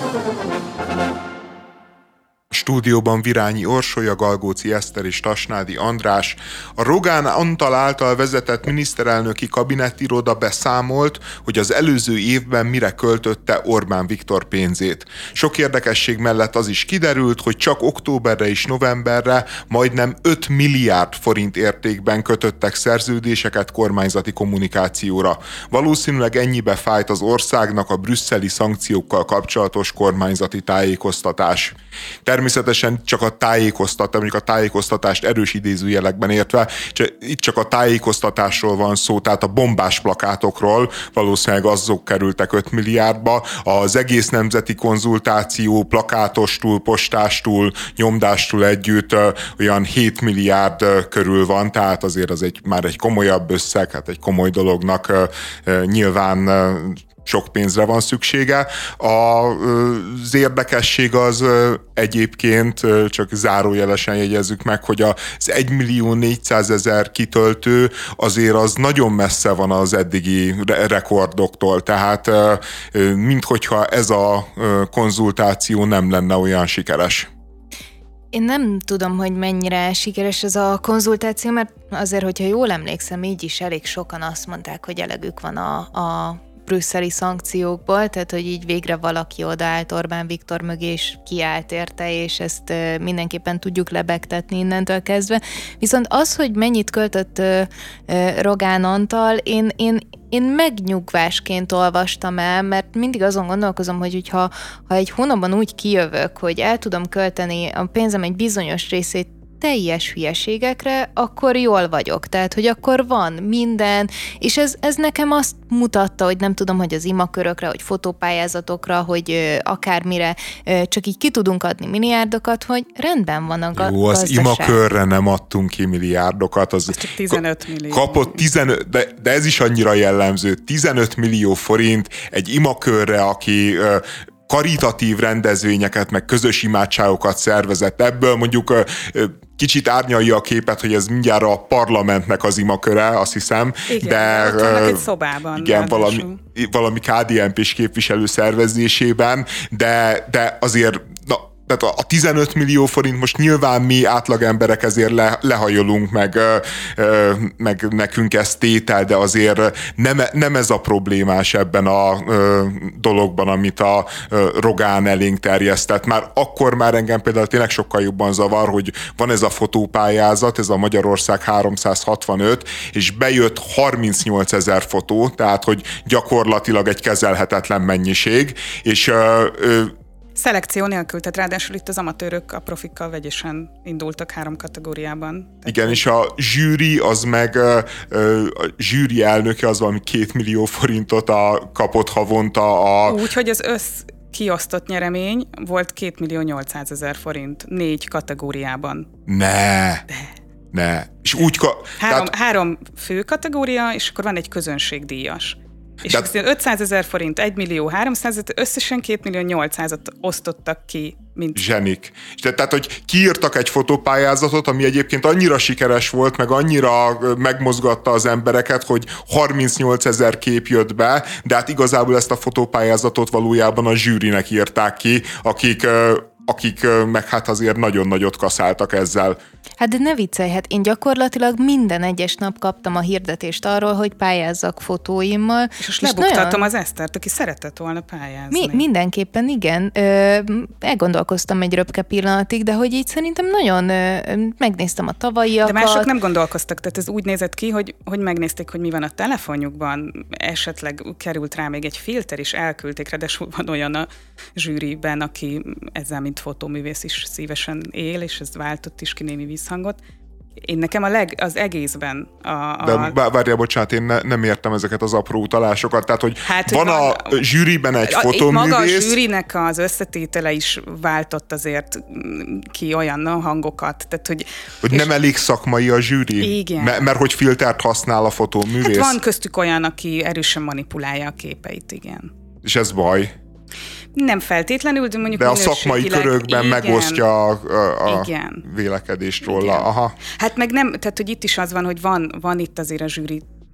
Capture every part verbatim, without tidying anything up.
Stúdióban Virányi Orsolya, Galgóci Eszter és Tasnádi András. A Rogán Antal által vezetett miniszterelnöki kabinettiroda beszámolt, hogy az előző évben mire költötte Orbán Viktor pénzét. Sok érdekesség mellett az is kiderült, hogy csak októberre és novemberre majdnem öt milliárd forint értékben kötöttek szerződéseket kormányzati kommunikációra. Valószínűleg ennyibe fájt az országnak a brüsszeli szankciókkal kapcsolatos kormányzati tájékoztatás. Természetesen csak a tájékoztatás, mondjuk a tájékoztatást erős idézőjelekben értve, itt csak a tájékoztatásról van szó, tehát a bombás plakátokról, valószínűleg azok kerültek öt milliárdba, az egész nemzeti konzultáció plakátostól, postástól, nyomdástól együtt olyan hét milliárd körül van, tehát azért az egy, már egy komolyabb összeg, hát egy komoly dolognak nyilván sok pénzre van szüksége. Az érdekesség az egyébként, csak zárójelesen jegyezzük meg, hogy az egymillió négyszázezer kitöltő azért az nagyon messze van az eddigi rekordoktól, tehát minthogyha ez a konzultáció nem lenne olyan sikeres. Én nem tudom, hogy mennyire sikeres ez a konzultáció, mert azért, hogyha jól emlékszem, így is elég sokan azt mondták, hogy elegük van a, a brüsszeli szankciókból, tehát hogy így végre valaki odaállt Orbán Viktor mögé, és kiállt érte, és ezt mindenképpen tudjuk lebegtetni innentől kezdve. Viszont az, hogy mennyit költött Rogán Antal, én, én, én megnyugvásként olvastam el, mert mindig azon gondolkozom, hogy ha, ha egy hónapban úgy kijövök, hogy el tudom költeni a pénzem egy bizonyos részét teljes hülyeségekre, akkor jól vagyok. Tehát, hogy akkor van minden, és ez, ez nekem azt mutatta, hogy nem tudom, hogy az imakörökre, hogy fotópályázatokra, hogy ö, akármire ö, csak így ki tudunk adni milliárdokat, hogy rendben van a ga- Jó, az gazdaság. imakörre nem adtunk ki milliárdokat. Az, az csak tizenöt millió. Kapott tizenöt, de, de ez is annyira jellemző, tizenöt millió forint egy imakörre, aki ö, karitatív rendezvényeket, meg közös imádságokat szervezett. Ebből mondjuk ö, ö, kicsit árnyalja a képet, hogy ez mindjárt a parlamentnek az imaköre, azt hiszem. Igen, de ott vannak egy szobában. Igen, valami, valami ká dé en pés képviselő szervezésében, de, de azért na, tehát a tizenöt millió forint most nyilván mi átlagemberek ezért le, lehajolunk, meg, meg nekünk ez tétel, de azért nem, nem ez a problémás ebben a dologban, amit a Rogán elénk terjesztett. Már akkor már engem például tényleg sokkal jobban zavar, hogy van ez a fotópályázat, ez a Magyarország háromszázhatvanöt, és bejött harmincnyolcezer fotó, tehát hogy gyakorlatilag egy kezelhetetlen mennyiség, és szelekció nélkül, tehát ráadásul itt az amatőrök a profikkal vegyesen indultak három kategóriában. Tehát igen, és a zsűri, az meg a zsűri elnöke az valami két millió forintot a, kapott havonta. A... Úgy, hogy az össz kiosztott nyeremény volt két millió nyolcszázezer forint négy kategóriában. Ne! De. Ne! És úgy... Ka- három, tehát... három fő kategória, és akkor van egy közönségdíjas. És Tehát... ötszázezer forint, egy millió háromszáz, összesen két millió nyolcszázat osztottak ki, mint... Zsenik. Tehát, hogy kiírtak egy fotópályázatot, ami egyébként annyira sikeres volt, meg annyira megmozgatta az embereket, hogy harmincnyolcezer kép jött be, de hát igazából ezt a fotópályázatot valójában a zsűrinek írták ki, akik... akik meg hát azért nagyon nagyot kaszáltak ezzel. Hát de ne viccelj, hát én gyakorlatilag minden egyes nap kaptam a hirdetést arról, hogy pályázzak fotóimmal. És most lebuktatom nagyon... az Esztert, aki szeretett volna pályázni. Mi, mindenképpen igen. Ö, elgondolkoztam egy röpke pillanatig, de hogy így szerintem nagyon ö, megnéztem a tavalyiakat. De mások nem gondolkoztak, tehát ez úgy nézett ki, hogy, hogy megnézték, hogy mi van a telefonjukban, esetleg került rá még egy filter, és elküldték, ráadásul van olyan a zsűriben, aki ezzel, mint fotóművész is szívesen él, és ez váltott is ki némi visszhangot. Én nekem a leg, az egészben a... a... De várjál, bocsánat, én ne, nem értem ezeket az apró utalásokat, tehát, hogy hát, van a, a zsűriben egy a, fotóművész... Maga a zsűrinek az összetétele is váltott azért ki olyan hangokat, tehát, hogy... Hogy nem elég szakmai a zsűri? Igen. M- mert hogy filtert használ a fotóművész? Hát van köztük olyan, aki erősen manipulálja a képeit, igen. És ez baj? Nem feltétlenül, de mondjuk de a szakmai körökben igen, megosztja a, a, a vélekedést róla. Igen. Aha. Hát meg nem, tehát hogy itt is az van, hogy van, van itt azért a zsűri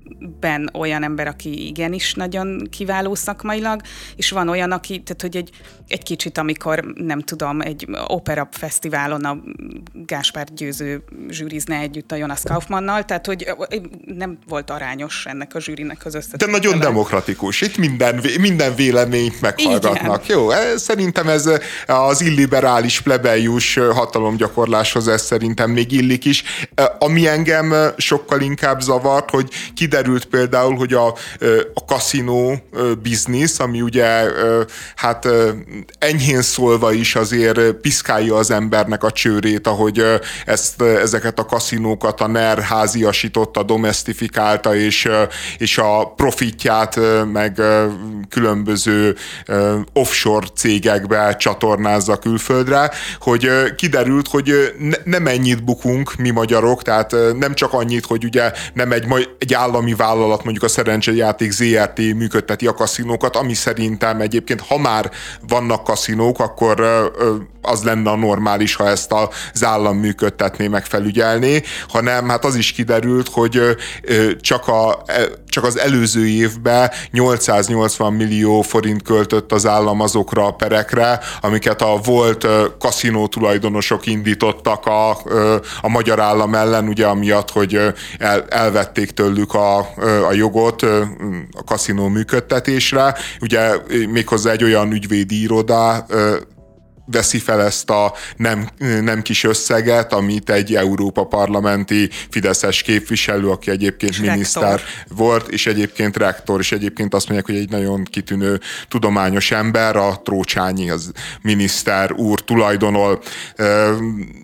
ben olyan ember, aki igenis nagyon kiváló szakmailag, és van olyan, aki, tehát hogy egy, egy kicsit, amikor nem tudom, egy opera fesztiválon a Gáspár Győző zsűrizne együtt a Jonas Kaufmannnal, tehát hogy nem volt arányos ennek a zsűrinek az összetétele. De nagyon demokratikus. Itt minden, minden véleményt meghallgatnak. Igen. Jó, szerintem ez az illiberális plebeius hatalomgyakorláshoz ez szerintem még illik is. Ami engem sokkal inkább zavart, hogy kiderült például, hogy a, a kaszinó biznisz, ami ugye hát enyhén szólva is azért piszkálja az embernek a csőrét, ahogy ezt, ezeket a kaszinókat a NER háziasította, domestifikálta, és, és a profitját meg különböző offshore cégekbe csatornázza külföldre, hogy kiderült, hogy ne, nem ennyit bukunk mi magyarok, tehát nem csak annyit, hogy ugye nem egy, egy állami vállalat, mondjuk a Szerencsejáték zé er té működteti a kaszinókat, ami szerintem egyébként, ha már vannak kaszinók, akkor az lenne a normális, ha ezt az állam működtetné, meg felügyelné, hanem hát az is kiderült, hogy csak, a, csak az előző évben nyolcszáznyolcvan millió forint költött az állam azokra a perekre, amiket a volt kaszinó tulajdonosok indítottak a, a magyar állam ellen, ugye amiatt, hogy el, elvették tőlük a, a jogot a kaszinó működtetésre. Ugye méghozzá egy olyan ügyvédi iroda veszi fel ezt a nem, nem kis összeget, amit egy Európa parlamenti fideszes képviselő, aki egyébként és miniszter rektor volt, és egyébként rektor, és egyébként azt mondják, hogy egy nagyon kitűnő tudományos ember, a Trócsányi, az miniszter úr tulajdonol. Uh,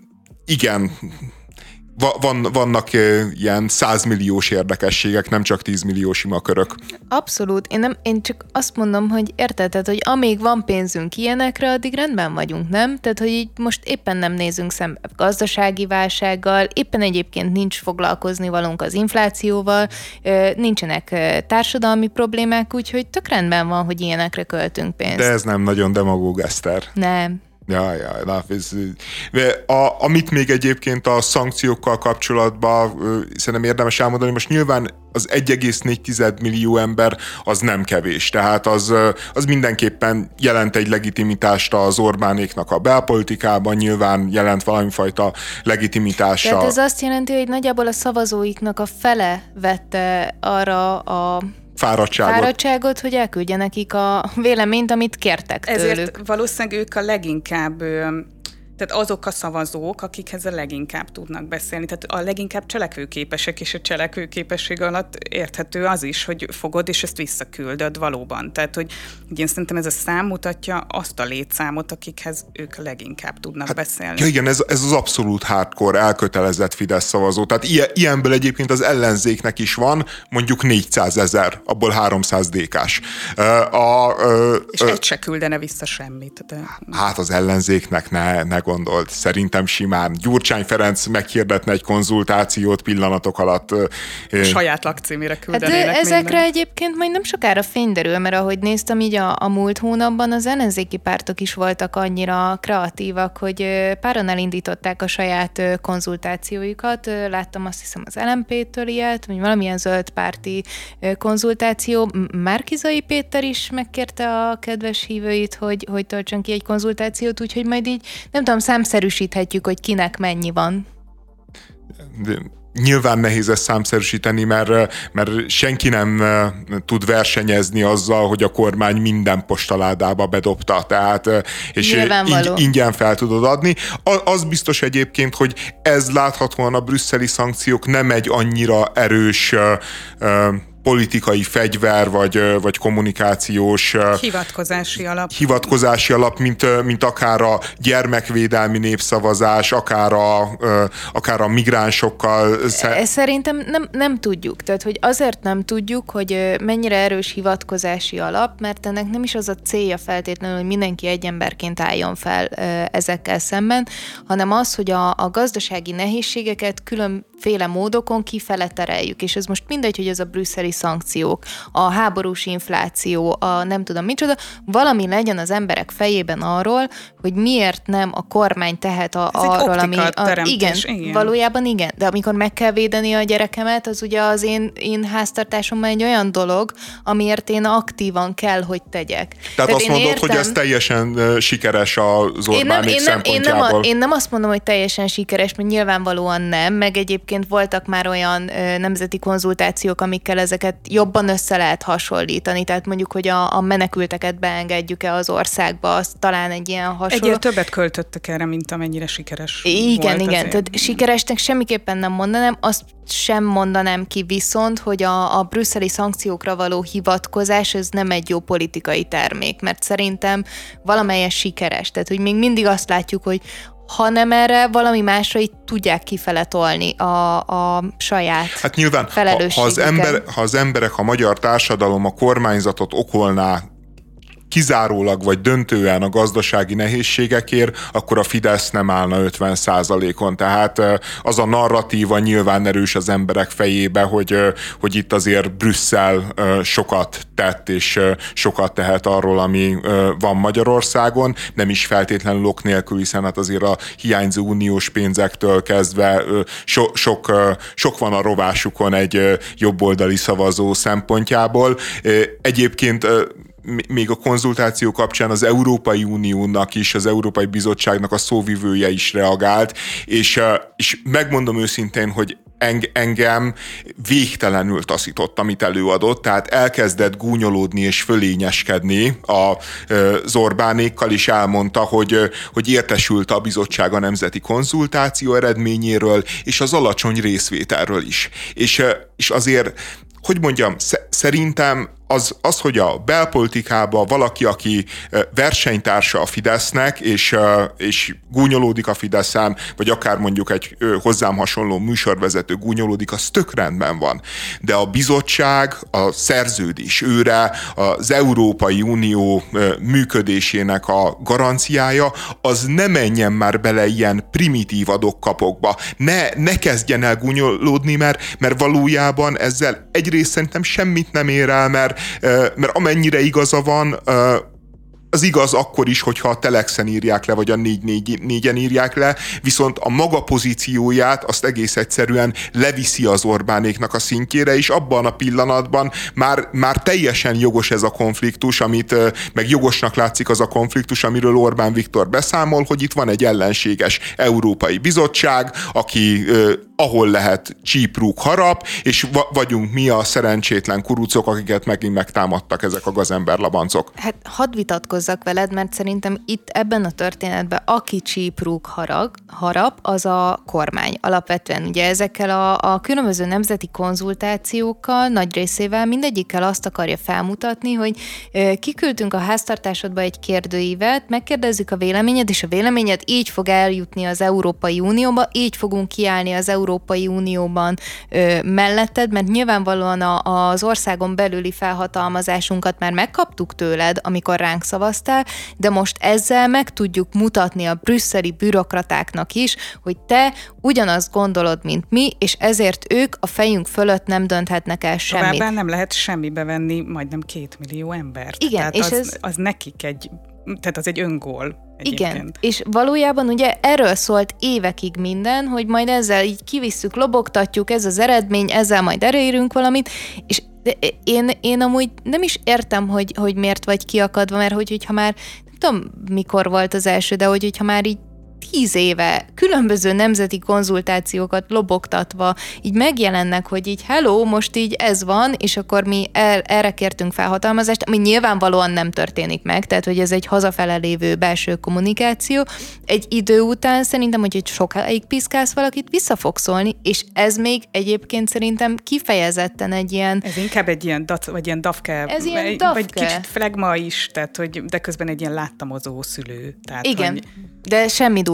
igen, Van, vannak ilyen százmilliós érdekességek, nem csak tízmilliós simakörök. Abszolút. Én, nem, én csak azt mondom, hogy érted, tehát, hogy amíg van pénzünk ilyenekre, addig rendben vagyunk, nem? Tehát, hogy így most éppen nem nézünk szembe gazdasági válsággal, éppen egyébként nincs foglalkozni valónk az inflációval, nincsenek társadalmi problémák, úgyhogy tök rendben van, hogy ilyenekre költünk pénzt. De ez nem nagyon demagóg, Eszter. Nem. Ja, ja, na, ez, a, amit még egyébként a szankciókkal kapcsolatban szerintem érdemes elmondani, most nyilván az egy egész négy millió ember az nem kevés, tehát az, az mindenképpen jelent egy legitimitást az Orbánéknak a belpolitikában, nyilván jelent valamifajta legitimitása. Tehát ez azt jelenti, hogy nagyjából a szavazóiknak a fele vette arra a Fáradtságot. Fáradtságot, hogy elküldje nekik a véleményt, amit kértek tőlük. Ezért valószínűleg ők a leginkább, tehát azok a szavazók, akikhez a leginkább tudnak beszélni. Tehát a leginkább cselekvőképesek, és a cselekvőképesség alatt érthető az is, hogy fogod, és ezt visszaküldöd valóban. Tehát, hogy, hogy én szerintem ez a szám mutatja azt a létszámot, akikhez ők a leginkább tudnak hát, beszélni. Ja igen, ez, ez az abszolút hardcore, elkötelezett Fidesz szavazó. Tehát ilyen, ilyenből egyébként az ellenzéknek is van, mondjuk négyszázezer, abból háromszáz dé ká-s. A, a, és egy se küldene vissza semmit. De... Hát az ellenzéknek ne, ne gondolt. Szerintem simán. Gyurcsány Ferenc meghirdetne egy konzultációt pillanatok alatt. A saját lakcímére küldenének hát ezekre minden. Egyébként majd nem sokára fény derül, mert ahogy néztem így a, a múlt hónapban, az ellenzéki pártok is voltak annyira kreatívak, hogy páran elindították a saját konzultációjukat. Láttam azt hiszem az el em pé-től ilyet, vagy valamilyen zöld párti konzultáció. Márki-Zay Péter is megkérte a kedves hívőit, hogy, hogy töltsön ki egy konzultációt, úgyhogy majd így nem tudom, számszerűsíthetjük, hogy kinek mennyi van. De nyilván nehéz ezt számszerűsíteni, mert, mert senki nem tud versenyezni azzal, hogy a kormány minden postaládába bedobta, tehát és ing- ingyen fel tudod adni. Az biztos egyébként, hogy ez láthatóan a brüsszeli szankciók nem egy annyira erős politikai fegyver, vagy, vagy kommunikációs hivatkozási alap, hivatkozási alap mint, mint akár a gyermekvédelmi népszavazás, akár a, akár a migránsokkal. Szerintem nem, nem tudjuk. Tehát, hogy azért nem tudjuk, hogy mennyire erős hivatkozási alap, mert ennek nem is az a célja feltétlenül, hogy mindenki egy emberként álljon fel ezekkel szemben, hanem az, hogy a, a gazdasági nehézségeket külön féle módokon kifele tereljük, és ez most mindegy, hogy ez a brüsszeli szankciók, a háborús infláció, a nem tudom micsoda, valami legyen az emberek fejében arról, hogy miért nem a kormány tehet a, arról, ami... A, igen, igen, valójában igen, de amikor meg kell védeni a gyerekemet, az ugye az én, én háztartásomban egy olyan dolog, amiért én aktívan kell, hogy tegyek. Tehát, Tehát azt mondod, értem, hogy ez teljesen uh, sikeres az Orbánék szempontjából? Én nem, a, én nem azt mondom, hogy teljesen sikeres, mert nyilvánvalóan nem, meg egyébként voltak már olyan ö, nemzeti konzultációk, amikkel ezeket jobban össze lehet hasonlítani, tehát mondjuk, hogy a, a menekülteket beengedjük-e az országba, az talán egy ilyen hasonló. Egyre többet költöttek erre, mint amennyire sikeres igen, volt. Igen, igen, tehát sikeresnek semmiképpen nem mondanám, azt sem mondanám ki viszont, hogy a, a brüsszeli szankciókra való hivatkozás, ez nem egy jó politikai termék, mert szerintem valamelyes sikeres, tehát hogy még mindig azt látjuk, hogy ha nem erre, valami másra így tudják kifele tolni a, a saját hát nyilván, ha, ha, az ember, ha az emberek, a magyar társadalom a kormányzatot okolná kizárólag vagy döntően a gazdasági nehézségekért, akkor a Fidesz nem állna ötven százalékon. Tehát az a narratíva nyilván erős az emberek fejébe, hogy, hogy itt azért Brüsszel sokat tett, és sokat tehet arról, ami van Magyarországon, nem is feltétlenül ok nélkül, hiszen hát azért a hiányzó uniós pénzektől kezdve so, sok, sok van a rovásukon egy jobboldali szavazó szempontjából. Egyébként még a konzultáció kapcsán az Európai Uniónak is, az Európai Bizottságnak a szóvivője is reagált, és, és megmondom őszintén, hogy engem végtelenül taszított, amit előadott, tehát elkezdett gúnyolódni és fölényeskedni az Orbánékkal, is elmondta, hogy, hogy értesült a bizottság a nemzeti konzultáció eredményéről, és az alacsony részvételről is. És, és azért, hogy mondjam, szerintem Az, az, hogy a belpolitikában valaki, aki versenytársa a Fidesznek, és, és gúnyolódik a Fideszen, vagy akár mondjuk egy hozzám hasonló műsorvezető gúnyolódik, az tök rendben van. De a bizottság, a szerződés őre, az Európai Unió működésének a garanciája, az ne menjen már bele ilyen primitív adok-kapokba. Ne, ne kezdjen el gúnyolódni, mert, mert valójában ezzel egyrészt szerintem semmit nem ér el, mert mert amennyire igaza van, az igaz akkor is, hogyha a Telexen írják le, vagy a négy négyen írják le, viszont a maga pozícióját azt egész egyszerűen leviszi az Orbánéknak a szintjére, és abban a pillanatban már, már teljesen jogos ez a konfliktus, amit meg jogosnak látszik az a konfliktus, amiről Orbán Viktor beszámol, hogy itt van egy ellenséges Európai Bizottság, aki ahol lehet csíprúg harap, és va- vagyunk mi a szerencsétlen kurucok, akiket megint megtámadtak ezek a gazemberlabancok. Hát hadd vitatkozzak veled, mert szerintem itt ebben a történetben aki csíprúg harag, harap, az a kormány. Alapvetően ugye ezekkel a, a különböző nemzeti konzultációkkal, nagy részével mindegyikkel azt akarja felmutatni, hogy ö, kiküldtünk a háztartásodba egy kérdőívet, megkérdezzük a véleményed, és a véleményed így fog eljutni az Európai Unióba, így fogunk kiállni az Európai Európai Unióban ö, melletted, mert nyilvánvalóan a, az országon belüli felhatalmazásunkat már megkaptuk tőled, amikor ránk szavaztál, de most ezzel meg tudjuk mutatni a brüsszeli bürokratáknak is, hogy te ugyanazt gondolod, mint mi, és ezért ők a fejünk fölött nem dönthetnek el semmit. Továbbá nem lehet semmibe venni majdnem két millió embert. Igen, tehát és az, ez... az nekik egy, tehát az egy öngól. Igen, egyébként. És valójában ugye erről szólt évekig minden, hogy majd ezzel így kivisszük, lobogtatjuk, ez az eredmény, ezzel majd elérünk valamit, és de én, én amúgy nem is értem, hogy, hogy miért vagy kiakadva, mert hogy, hogyha már, nem tudom mikor volt az első, de hogy, hogyha már így tíz éve különböző nemzeti konzultációkat lobogtatva így megjelennek, hogy így hello, most így ez van, és akkor mi er, erre kértünk felhatalmazást, ami nyilvánvalóan nem történik meg, tehát hogy ez egy hazafele lévő belső kommunikáció. Egy idő után szerintem, hogy egy sokáig piszkálsz valakit, vissza fog szólni, és ez még egyébként szerintem kifejezetten egy ilyen... Ez inkább egy ilyen, dac, vagy ilyen dafke, ez ilyen vagy, dafke. vagy kicsit flegma is, tehát hogy, de közben egy ilyen láttamozó szülő. Tehát, igen, hogy... de semmi durva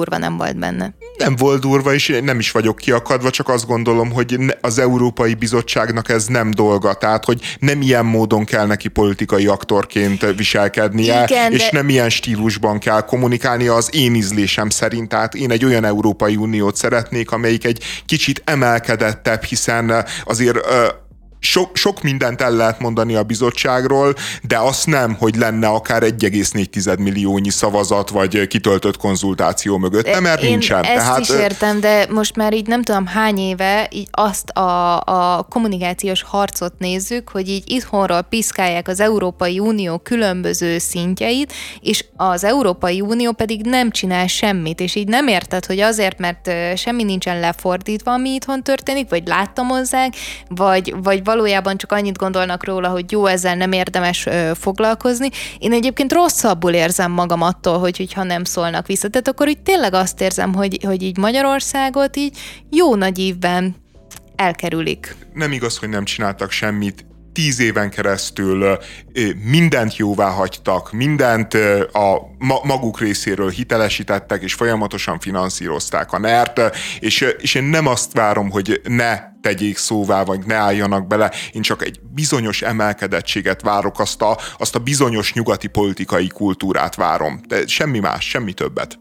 durva nem volt benne. Nem volt durva, és nem is vagyok kiakadva, csak azt gondolom, hogy az Európai Bizottságnak ez nem dolga, tehát hogy nem ilyen módon kell neki politikai aktorként viselkednie, Igen, és de... nem ilyen stílusban kell kommunikálnia az én ízlésem szerint. Tehát én egy olyan Európai Uniót szeretnék, amelyik egy kicsit emelkedettebb, hiszen azért Sok, sok mindent el lehet mondani a bizottságról, de azt nem, hogy lenne akár egy egész négy milliónyi szavazat, vagy kitöltött konzultáció mögött, nem, mert Én nincsen. Ezt Tehát... is értem, de most már így nem tudom hány éve így azt a, a kommunikációs harcot nézzük, hogy így itthonról piszkálják az Európai Unió különböző szintjeit, és az Európai Unió pedig nem csinál semmit, és így nem érted, hogy azért, mert semmi nincsen lefordítva, ami itthon történik, vagy láttamozzák, vagy, vagy valójában csak annyit gondolnak róla, hogy jó, ezzel nem érdemes ö, foglalkozni. Én egyébként rosszabbul érzem magam attól, hogy, hogyha nem szólnak vissza. Tehát akkor úgy tényleg azt érzem, hogy, hogy így Magyarországot így jó nagy évben elkerülik. Nem igaz, hogy nem csináltak semmit. Tíz éven keresztül mindent jóvá hagytak, mindent a maguk részéről hitelesítettek, és folyamatosan finanszírozták a nert, és, és én nem azt várom, hogy ne tegyék szóvá, vagy ne álljanak bele, én csak egy bizonyos emelkedettséget várok, azt a, azt a bizonyos nyugati politikai kultúrát várom, de semmi más, semmi többet.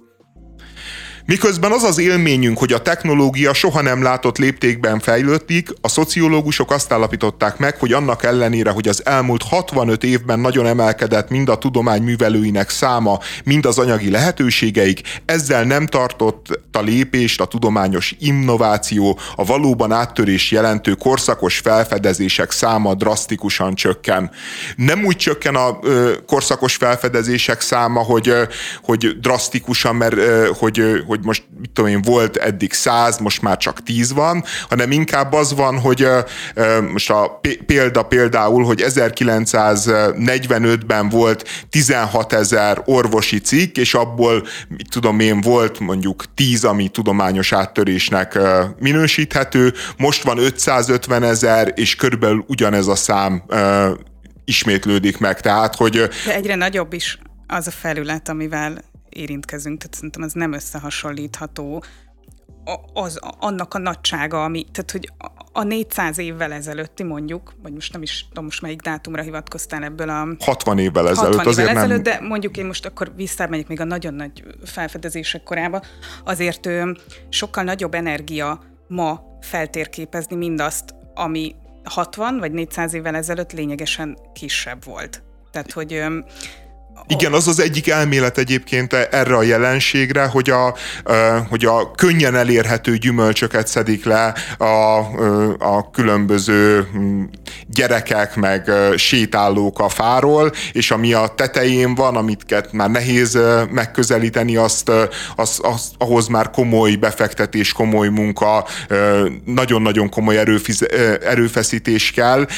Miközben az az élményünk, hogy a technológia soha nem látott léptékben fejlődik, a szociológusok azt állapították meg, hogy annak ellenére, hogy az elmúlt hatvanöt évben nagyon emelkedett mind a tudomány művelőinek száma, mind az anyagi lehetőségeik, ezzel nem tartott a lépést a tudományos innováció, a valóban áttörés jelentő korszakos felfedezések száma drasztikusan csökken. Nem úgy csökken a ö, korszakos felfedezések száma, hogy, ö, hogy drasztikusan, mert ö, hogy, ö, hogy most, mit tudom én, volt eddig száz, most már csak tíz van, hanem inkább az van, hogy ö, ö, most a példa például, hogy ezerkilencszáznegyvenötben volt tizenhatezer orvosi cikk, és abból, mit tudom én, volt mondjuk tíz, ami tudományos áttörésnek ö, minősíthető, most van ötszázötvenezer, és körülbelül ugyanez a szám ö, ismétlődik meg. Tehát, hogy... De egyre nagyobb is az a felület, amivel érintkezünk, tehát szerintem ez nem összehasonlítható az, annak a nagysága, ami, tehát hogy a négyszáz évvel ezelőtti mondjuk, vagy most nem is tudom, most melyik dátumra hivatkoztál ebből a... hatvan évvel ezelőtt. hatvan azért évvel ezelőtt, nem... de mondjuk én most akkor visszamegyek még a nagyon nagy felfedezések korába, azért ő, sokkal nagyobb energia ma feltérképezni mindazt, ami hatvan vagy négyszáz évvel ezelőtt lényegesen kisebb volt. Tehát, hogy... Igen, az az egyik elmélet egyébként erre a jelenségre, hogy a, hogy a könnyen elérhető gyümölcsöket szedik le a, a különböző gyerekek, meg sétálók a fáról, és ami a tetején van, amit már nehéz megközelíteni, azt, azt, azt, ahhoz már komoly befektetés, komoly munka, nagyon-nagyon komoly erőfiz, erőfeszítés kell.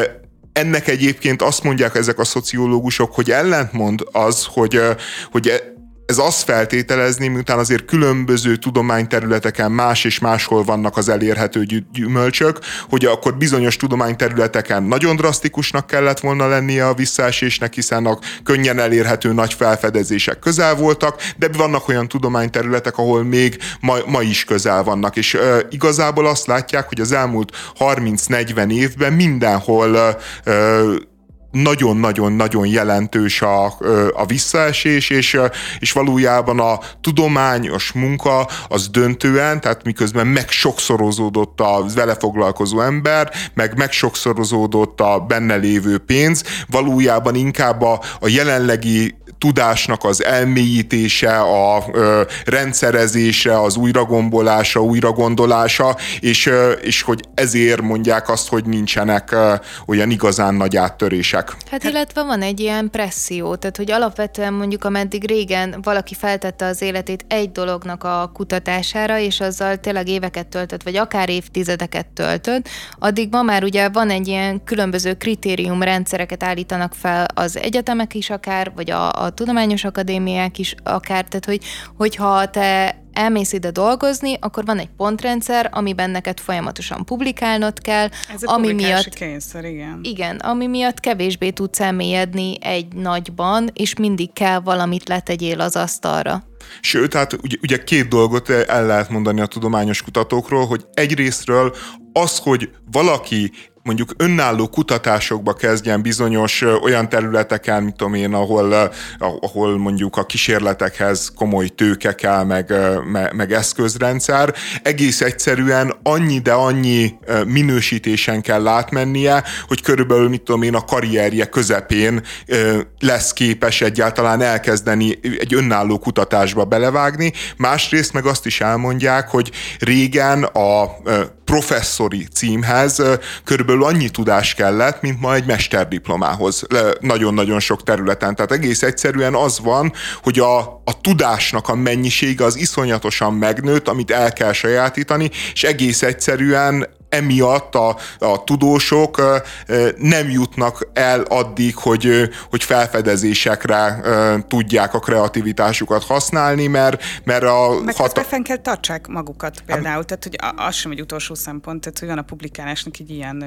Ennek egyébként azt mondják ezek a szociológusok, hogy ellentmond az, hogy, hogy ez azt feltételezni, miután azért különböző tudományterületeken más és máshol vannak az elérhető gyümölcsök, hogy akkor bizonyos tudományterületeken nagyon drasztikusnak kellett volna lennie a visszaesésnek, hiszen a könnyen elérhető nagy felfedezések közel voltak, de vannak olyan tudományterületek, ahol még ma, ma is közel vannak, és uh, igazából azt látják, hogy az elmúlt harminc-negyven évben mindenhol uh, nagyon-nagyon-nagyon jelentős a, a visszaesés, és, és valójában a tudományos munka az döntően, tehát miközben megsokszorozódott a vele foglalkozó ember, meg megsokszorozódott a benne lévő pénz, valójában inkább a, a jelenlegi tudásnak az elmélyítése, a ö, rendszerezése, az újragombolása, újragondolása, és, ö, és hogy ezért mondják azt, hogy nincsenek ö, olyan igazán nagy áttörések. Hát illetve van egy ilyen presszió, tehát hogy alapvetően mondjuk ameddig régen valaki feltette az életét egy dolognak a kutatására, és azzal tényleg éveket töltött, vagy akár évtizedeket töltött, addig ma már ugye van egy ilyen különböző kritériumrendszereket állítanak fel az egyetemek is akár, vagy a, a tudományos akadémiák is akár, tehát hogy, hogyha te elmész ide dolgozni, akkor van egy pontrendszer, amiben neked folyamatosan publikálnod kell. Ez a ami miatt, kényszer, igen. Igen, ami miatt kevésbé tudsz elmélyedni egy nagyban, és mindig kell valamit letegyél az asztalra. Sőt, hát ugye, ugye két dolgot el lehet mondani a tudományos kutatókról, hogy egyrésztről az, hogy valaki mondjuk önálló kutatásokba kezdjen bizonyos olyan területeken, mint tudom én, ahol, ahol mondjuk a kísérletekhez komoly tőke kell, meg, meg, meg eszközrendszer, egész egyszerűen annyi, de annyi minősítésen kell átmennie, hogy körülbelül, mit tudom én, a karrierje közepén lesz képes egyáltalán elkezdeni egy önálló kutatásba belevágni. Másrészt meg azt is elmondják, hogy régen a professzori címhez körülbelül annyi tudás kellett, mint ma egy mesterdiplomához nagyon-nagyon sok területen. Tehát egész egyszerűen az van, hogy a, a tudásnak a mennyisége az iszonyatosan megnőtt, amit el kell sajátítani, és egész egyszerűen emiatt a, a tudósok nem jutnak el addig, hogy, hogy felfedezésekre tudják a kreativitásukat használni, mert, mert a... Meg hat... fenn kell tartsák magukat például, tehát hogy az sem egy utolsó szempont, tehát hogy van a publikálásnak egy ilyen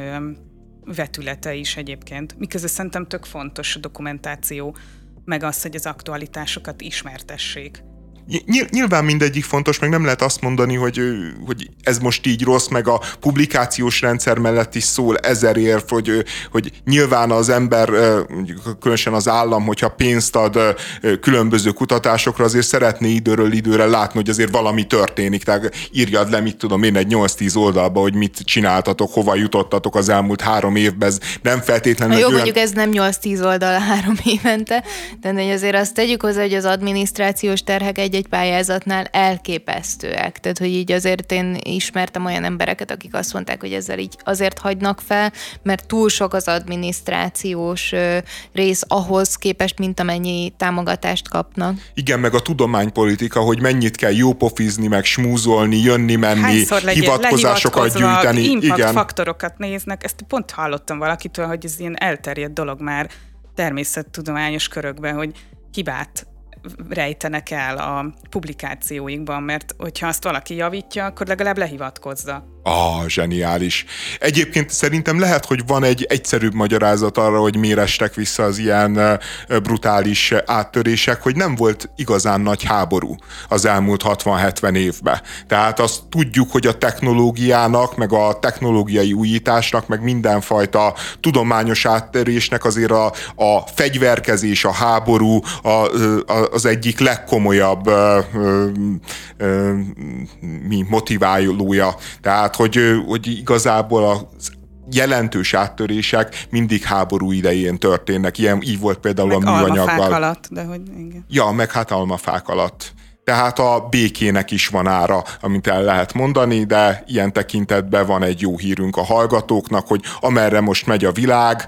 vetülete is egyébként. Miközben szerintem tök fontos a dokumentáció, meg az, hogy az aktualitásokat ismertessék. Nyilván mindegyik fontos, meg nem lehet azt mondani, hogy, hogy ez most így rossz, meg a publikációs rendszer mellett is szól ezer érv, hogy, hogy nyilván az ember, különösen az állam, hogyha pénzt ad különböző kutatásokra, azért szeretné időről időre látni, hogy azért valami történik. Tehát írjad le, mit tudom én, egy nyolc-tíz oldalba, hogy mit csináltatok, hova jutottatok az elmúlt három évben. Ez nem feltétlenül... Jó, olyan... mondjuk ez nem nyolc-tíz oldal három évente, de azért azt tegyük hozzá, hogy az adminisztrációs terhek egy egy pályázatnál elképesztőek. Tehát, hogy így azért én ismertem olyan embereket, akik azt mondták, hogy ezzel így azért hagynak fel, mert túl sok az adminisztrációs rész ahhoz képest, mint amennyi támogatást kapnak. Igen, meg a tudománypolitika, hogy mennyit kell jópofizni, meg smúzolni, jönni, menni, hivatkozásokat gyűjteni. Impact igen. faktorokat néznek. Ezt pont hallottam valakitől, hogy ez ilyen elterjedt dolog már természettudományos körökben, hogy hibát rejtenek el a publikációikban, mert hogyha azt valaki javítja, akkor legalább lehivatkozza. Ah, zseniális. Egyébként szerintem lehet, hogy van egy egyszerűbb magyarázat arra, hogy miért estek vissza az ilyen brutális áttörések, hogy nem volt igazán nagy háború az elmúlt hatvan-hetven évben. Tehát azt tudjuk, hogy a technológiának, meg a technológiai újításnak, meg mindenfajta tudományos áttörésnek azért a, a fegyverkezés, a háború a, a, az egyik legkomolyabb ö, ö, ö, mi motiválója. Tehát Hogy, hogy igazából az jelentős áttörések mindig háború idején történnek. Ilyen, így volt például meg a műanyaggal. Meg almafák alatt, de hogy igen. Ja, meg hát almafák alatt. Tehát a békének is van ára, amit el lehet mondani, de ilyen tekintetben van egy jó hírünk a hallgatóknak, hogy amerre most megy a világ,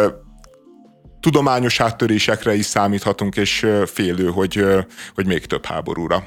tudományos áttörésekre is számíthatunk, és félő, hogy, hogy még több háborúra.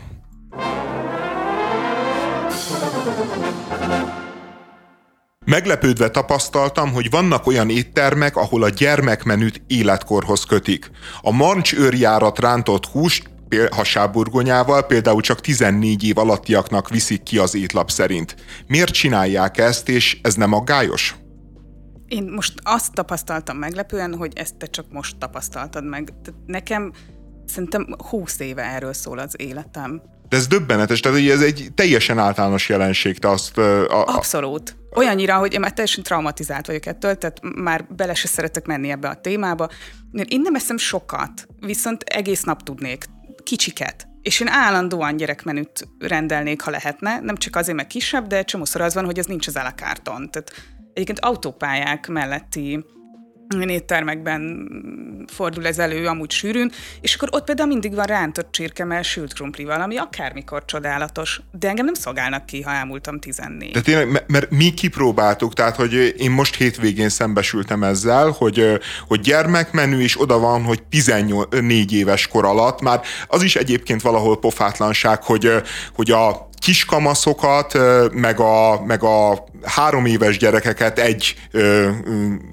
Meglepődve tapasztaltam, hogy vannak olyan éttermek, ahol a gyermekmenüt életkorhoz kötik. A Mancs őrjárat rántott húst hasáburgonyával például csak tizennégy év alattiaknak viszik ki az étlap szerint. Miért csinálják ezt, és ez nem aggályos? Én most azt tapasztaltam meglepően, hogy ezt te csak most tapasztaltad meg. Nekem szerintem húsz éve erről szól az életem. De ez döbbenetes, tehát ez egy teljesen általános jelenség, te azt... A, a... Abszolút. Olyannyira, hogy én már teljesen traumatizált vagyok ettől, tehát már bele se szeretek menni ebbe a témába. Én nem eszem sokat, viszont egész nap tudnék, kicsiket. És én állandóan gyerekmenüt rendelnék, ha lehetne, nem csak azért, mert kisebb, de csomószor az van, hogy ez nincs az à la carte-on. Tehát egyébként autópályák melletti éttermekben fordul ez elő amúgy sűrűn, és akkor ott például mindig van rántott csirkemell sült krumplival, ami akármikor csodálatos, de engem nem szolgálnak ki, ha elmúltam tizennégy. De tényleg, mert mi kipróbáltuk, tehát hogy én most hétvégén szembesültem ezzel, hogy, hogy gyermekmenü, és oda van, hogy tizennégy éves kor alatt, már az is egyébként valahol pofátlanság, hogy, hogy a kiskamaszokat, meg a, meg a három éves gyerekeket egy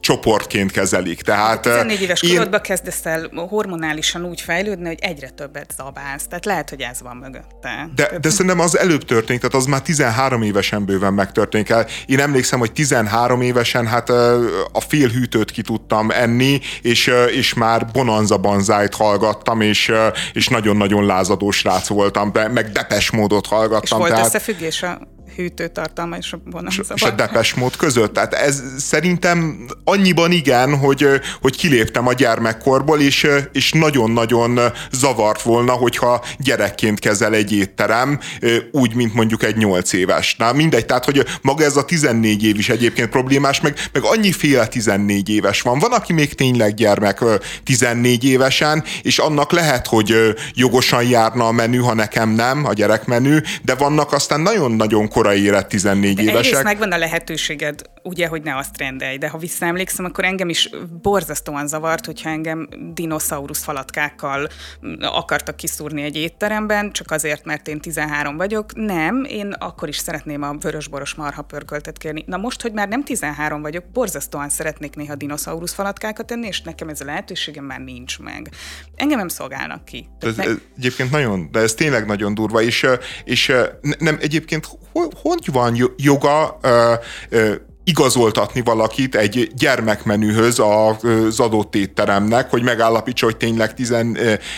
csoportként kezelik. Tehát, tizennégy éves én... korodban kezdesz el hormonálisan úgy fejlődni, hogy egyre többet zabálsz. Tehát lehet, hogy ez van mögötte. De, de szerintem az előbb történik, tehát az már tizenhárom évesen bőven megtörténik el. Én emlékszem, hogy tizenhárom évesen hát a fél hűtőt ki tudtam enni, és, és már Bonanza Banzájt hallgattam, és, és nagyon-nagyon lázadó srác voltam, meg Depeche Módot hallgattam. És volt tehát... összefüggés a hűtőtartalma és a Bonanza és a Depeche Mód között. Tehát ez szerintem annyiban igen, hogy, hogy kiléptem a gyermekkorból, és, és nagyon-nagyon zavart volna, hogyha gyerekként kezel egy étterem, úgy, mint mondjuk egy nyolc éves. Na mindegy, tehát, hogy maga ez a tizennégy év is egyébként problémás, meg, meg annyiféle tizennégy éves van. Van, aki még tényleg gyermek tizennégy évesen, és annak lehet, hogy jogosan járna a menü, ha nekem nem, a gyerekmenü, de vannak aztán nagyon-nagyon korai érett tizennégy évesek. Egyrészt megvan a lehetőséged, ugye, hogy ne azt rendelj, de ha visszaemlékszem, akkor engem is borzasztóan zavart, hogyha engem dinoszaurusz falatkákkal akartak kiszúrni egy étteremben, csak azért, mert én tizenhárom vagyok. Nem, én akkor is szeretném a vörösboros marha pörköltet kérni. Na most, hogy már nem tizenhárom vagyok, borzasztóan szeretnék néha dinoszaurusz falatkákat enni, és nekem ez a lehetőségem már nincs meg. Engem nem szolgálnak ki. Ez, meg... ez, egyébként nagyon, de ez tényleg nagyon durva, és, és nem, egyébként hogy van joga ö, ö, igazoltatni valakit egy gyermekmenühöz az adott étteremnek, hogy megállapítsa, hogy tényleg tizen,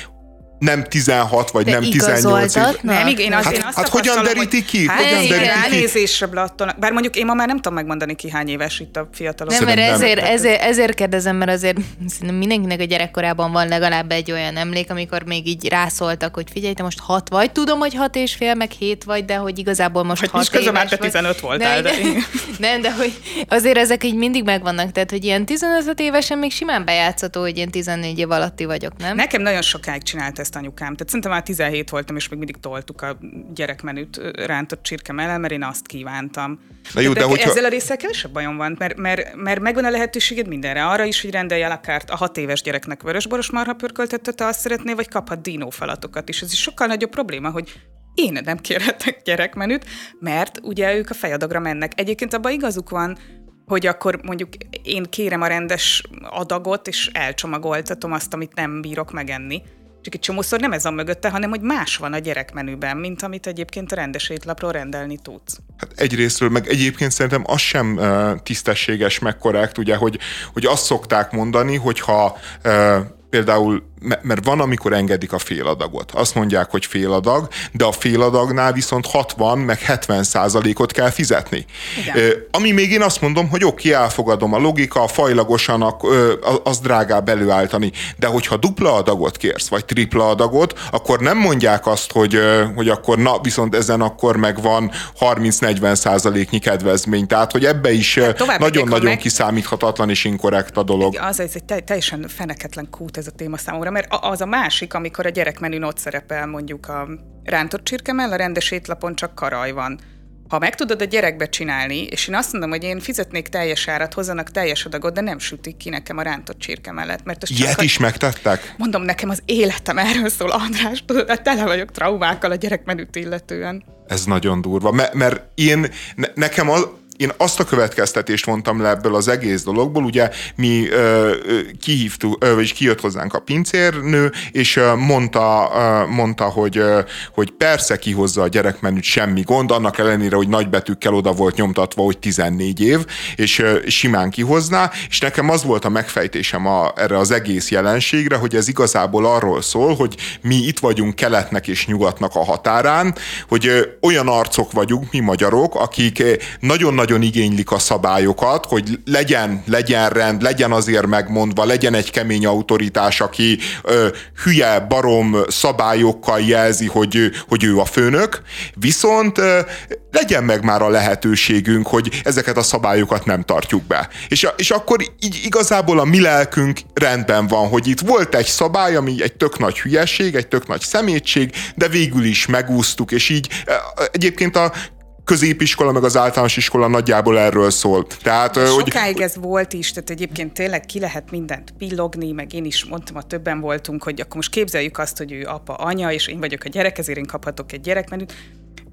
nem tizenhat, vagy de nem tizennyolc. Nem, én az, hát, én azt hát hogyan deríti ki? Hát hogyan igen, deríti elnézésre blattolnak. Bár mondjuk én ma már nem tudom megmondani ki hány éves itt a fiatalok. Nem, mert ezért, ezért, ezért kérdezem, mert azért mindenkinek a gyerekkorában van legalább egy olyan emlék, amikor még így rászóltak, hogy figyelj, te most hat vagy, tudom, hogy hat és fél, meg hét vagy, de hogy igazából most hogy hat éves közben már te vagy. tizenöt voltál. Nem, de, nem, de hogy azért ezek így mindig megvannak, tehát hogy ilyen tizenöt évesen még simán bejátszható, hogy én tizennégy év alatti vagyok, nem? Nekem nagyon sokáig csinált ezt anyukám. Tehát szerintem már tizenhét voltam, és még mindig toltuk a gyerekmenüt rántott csirke mellel, mert én azt kívántam. Na jó, de, de hogyha... ezzel a résszel kevesebb bajom van, mert, mert, mert megvan a lehetőséged mindenre. Arra is, hogy rendelj a lakárt a hat éves gyereknek vörösboros marha pörköltet, te azt szeretnél, vagy kaphat dinófalatokat is. Ez is sokkal nagyobb probléma, hogy én nem kérhetek gyerekmenüt, mert ugye ők a fejadagra mennek. Egyébként abban igazuk van, hogy akkor mondjuk én kérem a rendes adagot, és elcsomagoltatom azt, amit nem bírok megenni. Csak egy csomószor nem ez a mögötte, hanem hogy más van a gyerekmenüben, mint amit egyébként a rendes étlapról rendelni tudsz. Hát egyrésztről, meg egyébként szerintem az sem uh, tisztességes, meg korrekt, ugye, hogy, hogy azt szokták mondani, hogyha uh, például, mert van, amikor engedik a féladagot. Azt mondják, hogy féladag, de a féladagnál viszont hatvan meg hetven százalékot kell fizetni. Igen. Ami még én azt mondom, hogy oké, elfogadom a logika, fajlagosan az drágább előállítani, de hogyha dupla adagot kérsz, vagy tripla adagot, akkor nem mondják azt, hogy, hogy akkor na, viszont ezen akkor meg van harminc-negyven százaléknyi kedvezmény. Tehát, hogy ebbe is nagyon-nagyon meg... kiszámíthatatlan és inkorrekt a dolog. Az egy teljesen feneketlen kút ez a téma számomra, mert az a másik, amikor a gyerekmenün ott szerepel mondjuk a rántott csirkemell, a rendes étlapon csak karaj van. Ha meg tudod a gyerekbe csinálni, és én azt mondom, hogy én fizetnék teljes árat, hozzanak teljes adagot, de nem sütik ki nekem a rántott csirkemellet. Mert az ilyet csak is megtettek? Mondom, nekem az életem erről szól, András, tudod, tele vagyok traumákkal a gyerekmenüt illetően. Ez nagyon durva, mert, mert én, ne, nekem az, én azt a következtetést vontam le ebből az egész dologból, ugye mi ö, kihívtuk, ö, vagy kijött hozzánk a pincérnő, és ö, mondta, ö, mondta hogy, ö, hogy persze kihozza a gyerekmenüt, semmi gond, annak ellenére, hogy nagybetűkkel oda volt nyomtatva, hogy tizennégy év, és ö, simán kihozná, és nekem az volt a megfejtésem a, erre az egész jelenségre, hogy ez igazából arról szól, hogy mi itt vagyunk keletnek és nyugatnak a határán, hogy ö, olyan arcok vagyunk, mi magyarok, akik ö, nagyon nagyon igénylik a szabályokat, hogy legyen, legyen rend, legyen azért megmondva, legyen egy kemény autoritás, aki ö, hülye, barom szabályokkal jelzi, hogy, hogy ő a főnök, viszont ö, legyen meg már a lehetőségünk, hogy ezeket a szabályokat nem tartjuk be. És, és akkor így igazából a mi lelkünk rendben van, hogy itt volt egy szabály, ami egy tök nagy hülyeség, egy tök nagy szemétség, de végül is megúsztuk, és így egyébként a középiskola, meg az általános iskola nagyjából erről szól. Tehát, sokáig hogy... ez volt is, tehát egyébként tényleg ki lehet mindent pillogni, meg én is mondtam, ha többen voltunk, hogy akkor most képzeljük azt, hogy ő apa, anya, és én vagyok a gyerek, ezért én kaphatok egy gyerekmenüt.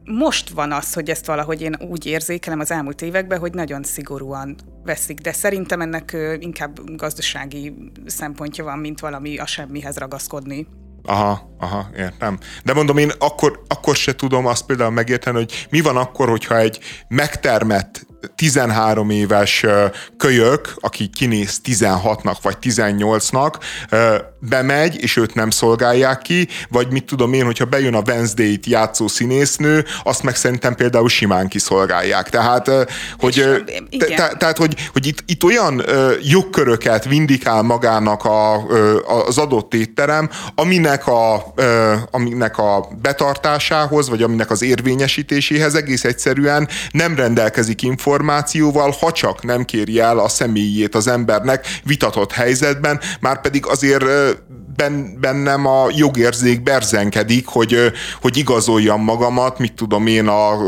most van az, hogy ezt valahogy én úgy érzékelem az elmúlt években, hogy nagyon szigorúan veszik, de szerintem ennek inkább gazdasági szempontja van, mint valami a semmihez ragaszkodni. Aha, aha, értem. De mondom, én akkor, akkor se tudom azt például megérteni, hogy mi van akkor, hogyha egy megtermett tizenhárom éves kölyök, aki kinéz tizenhatnak vagy tizennyolcnak, bemegy, és őt nem szolgálják ki, vagy mit tudom én, hogyha bejön a Wednesday-t játszó színésznő, azt meg szerintem például simán kiszolgálják. Tehát, hogy, te, te, tehát, hogy, hogy itt, itt olyan jogköröket vindikál magának a, az adott étterem, aminek a, aminek a betartásához, vagy aminek az érvényesítéséhez egész egyszerűen nem rendelkezik információval, ha csak nem kéri el a személyét az embernek vitatott helyzetben, már pedig azért bennem a jogérzék berzenkedik, hogy, hogy igazoljam magamat, mit tudom én, a, a,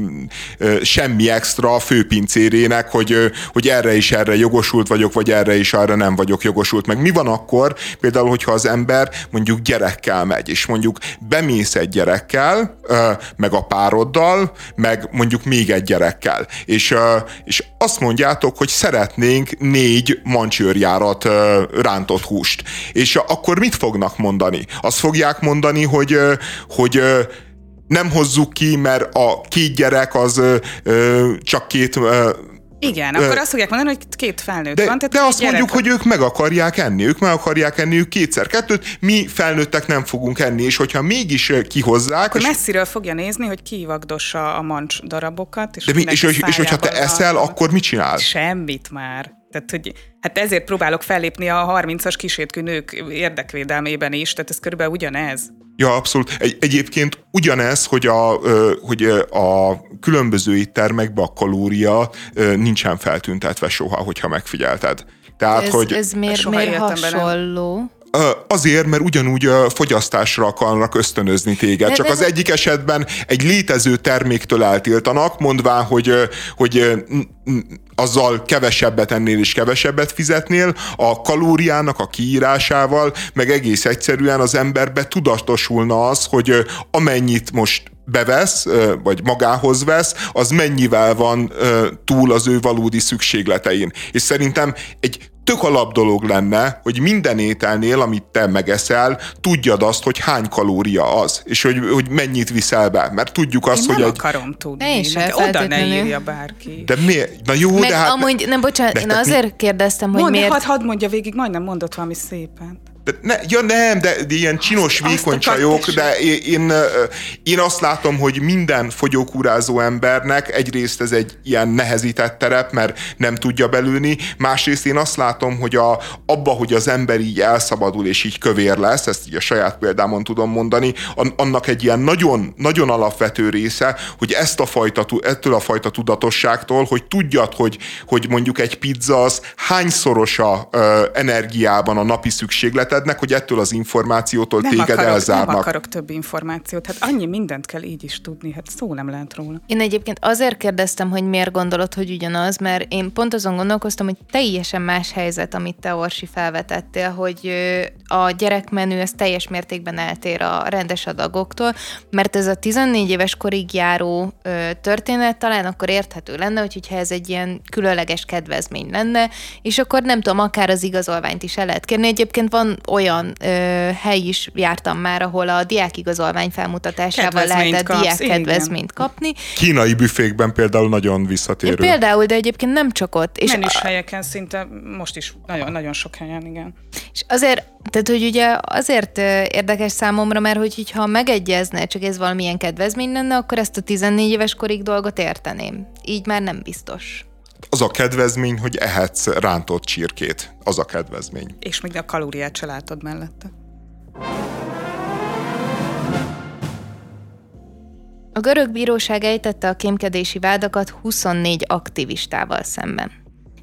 a semmi extra főpincérének, hogy, hogy erre is erre jogosult vagyok, vagy erre is arra nem vagyok jogosult. Meg mi van akkor, például, hogyha az ember mondjuk gyerekkel megy, és mondjuk bemész egy gyerekkel, meg a pároddal, meg mondjuk még egy gyerekkel, és, és azt mondjátok, hogy szeretnénk négy mancsőrjárat rántott húst. És akkor mit fognak mondani? Azt fogják mondani, hogy, hogy nem hozzuk ki, mert a két gyerek az csak két... Igen, akkor azt fogják mondani, hogy két felnőtt de, van. Tehát de azt mondjuk, van. hogy ők meg akarják enni, ők meg akarják enni ők kétszer kettőt, mi felnőttek nem fogunk enni, és hogyha mégis kihozzák... Akkor és messziről fogja nézni, hogy kivagdossa a mancs darabokat. És, de mi, és, és, és hogyha te eszel, a... akkor mit csinál? Semmit már. Tehát, hogy, hát ezért próbálok fellépni a harmincas kísértkű nők érdekvédelmében is, tehát ez körülbelül ugyanez. Ja, abszolút. Egy, egyébként ugyanez, hogy a, hogy a különböző éttermekben a kalória nincsen feltüntetve soha, hogyha megfigyelted. Tehát, ez, hogy ez miért, miért hasonló? Azért, mert ugyanúgy fogyasztásra akarnak ösztönözni téged. De, Csak de, az egyik esetben egy létező terméktől eltiltanak, mondván, hogy, hogy azzal kevesebbet ennél és kevesebbet fizetnél, a kalóriának a kiírásával, meg egész egyszerűen az emberbe tudatosulna az, hogy amennyit most bevesz, vagy magához vesz, az mennyivel van túl az ő valódi szükségletein. És szerintem egy tök alap dolog lenne, hogy minden ételnél, amit te megeszel, tudjad azt, hogy hány kalória az, és hogy, hogy mennyit viszel be. Mert tudjuk azt, én hogy nem egy... akarom tudni. Én sem, oda ne írja bárki. De miért? Na jó, meg de hát... amúgy, nem, bocsánat, én azért mi... kérdeztem, hogy Mondd, miért... Hadd had mondja végig, majdnem mondott valami szépen. De ne, ja nem, de, de ilyen csinos, azt, vékony azt csajok, de én, én azt látom, hogy minden fogyókúrázó embernek egyrészt ez egy ilyen nehezített terep, mert nem tudja belülni, másrészt én azt látom, hogy a, abba, hogy az ember így elszabadul és így kövér lesz, ezt így a saját példámon tudom mondani, annak egy ilyen nagyon, nagyon alapvető része, hogy ezt a fajta, ettől a fajta tudatosságtól, hogy tudjad, hogy, hogy mondjuk egy pizza az hányszorosa uh, energiában a napi szükséglet, hogy ettől az információtól nem téged akarok, elzárnak. Nem akarok több információt. Hát annyi mindent kell így is tudni, hát szó nem lehet róla. Én egyébként azért kérdeztem, hogy miért gondolod, hogy ugyanaz, mert én pont azon gondolkoztam, hogy teljesen más helyzet, amit te, Orsi, felvetettél, hogy a gyerekmenü ez teljes mértékben eltér a rendes adagoktól, mert ez a tizennégy éves korig járó történet talán akkor érthető lenne, hogyha ez egy ilyen különleges kedvezmény lenne, és akkor nem tudom, akár az igazolványt is el lehet kérni. Egyébként van olyan ö, hely is jártam már, ahol a diákigazolvány felmutatásával lehetett diákkedvezményt kapni. Kínai büfékben például nagyon visszatérő. Én például, de egyébként nem csak ott. És menüs a... helyeken szinte most is nagyon, nagyon sok helyen, igen. És azért, tehát hogy ugye azért érdekes számomra, mert hogy ha megegyezne, csak ez valamilyen kedvezmény lenne, akkor ezt a tizennégy éves korig dolgot érteném. Így már nem biztos. Az a kedvezmény, hogy ehetsz rántott csirkét. Az a kedvezmény. És még a kalóriát se látod mellette. A görög bíróság ejtette a kémkedési vádakat huszonnégy aktivistával szemben.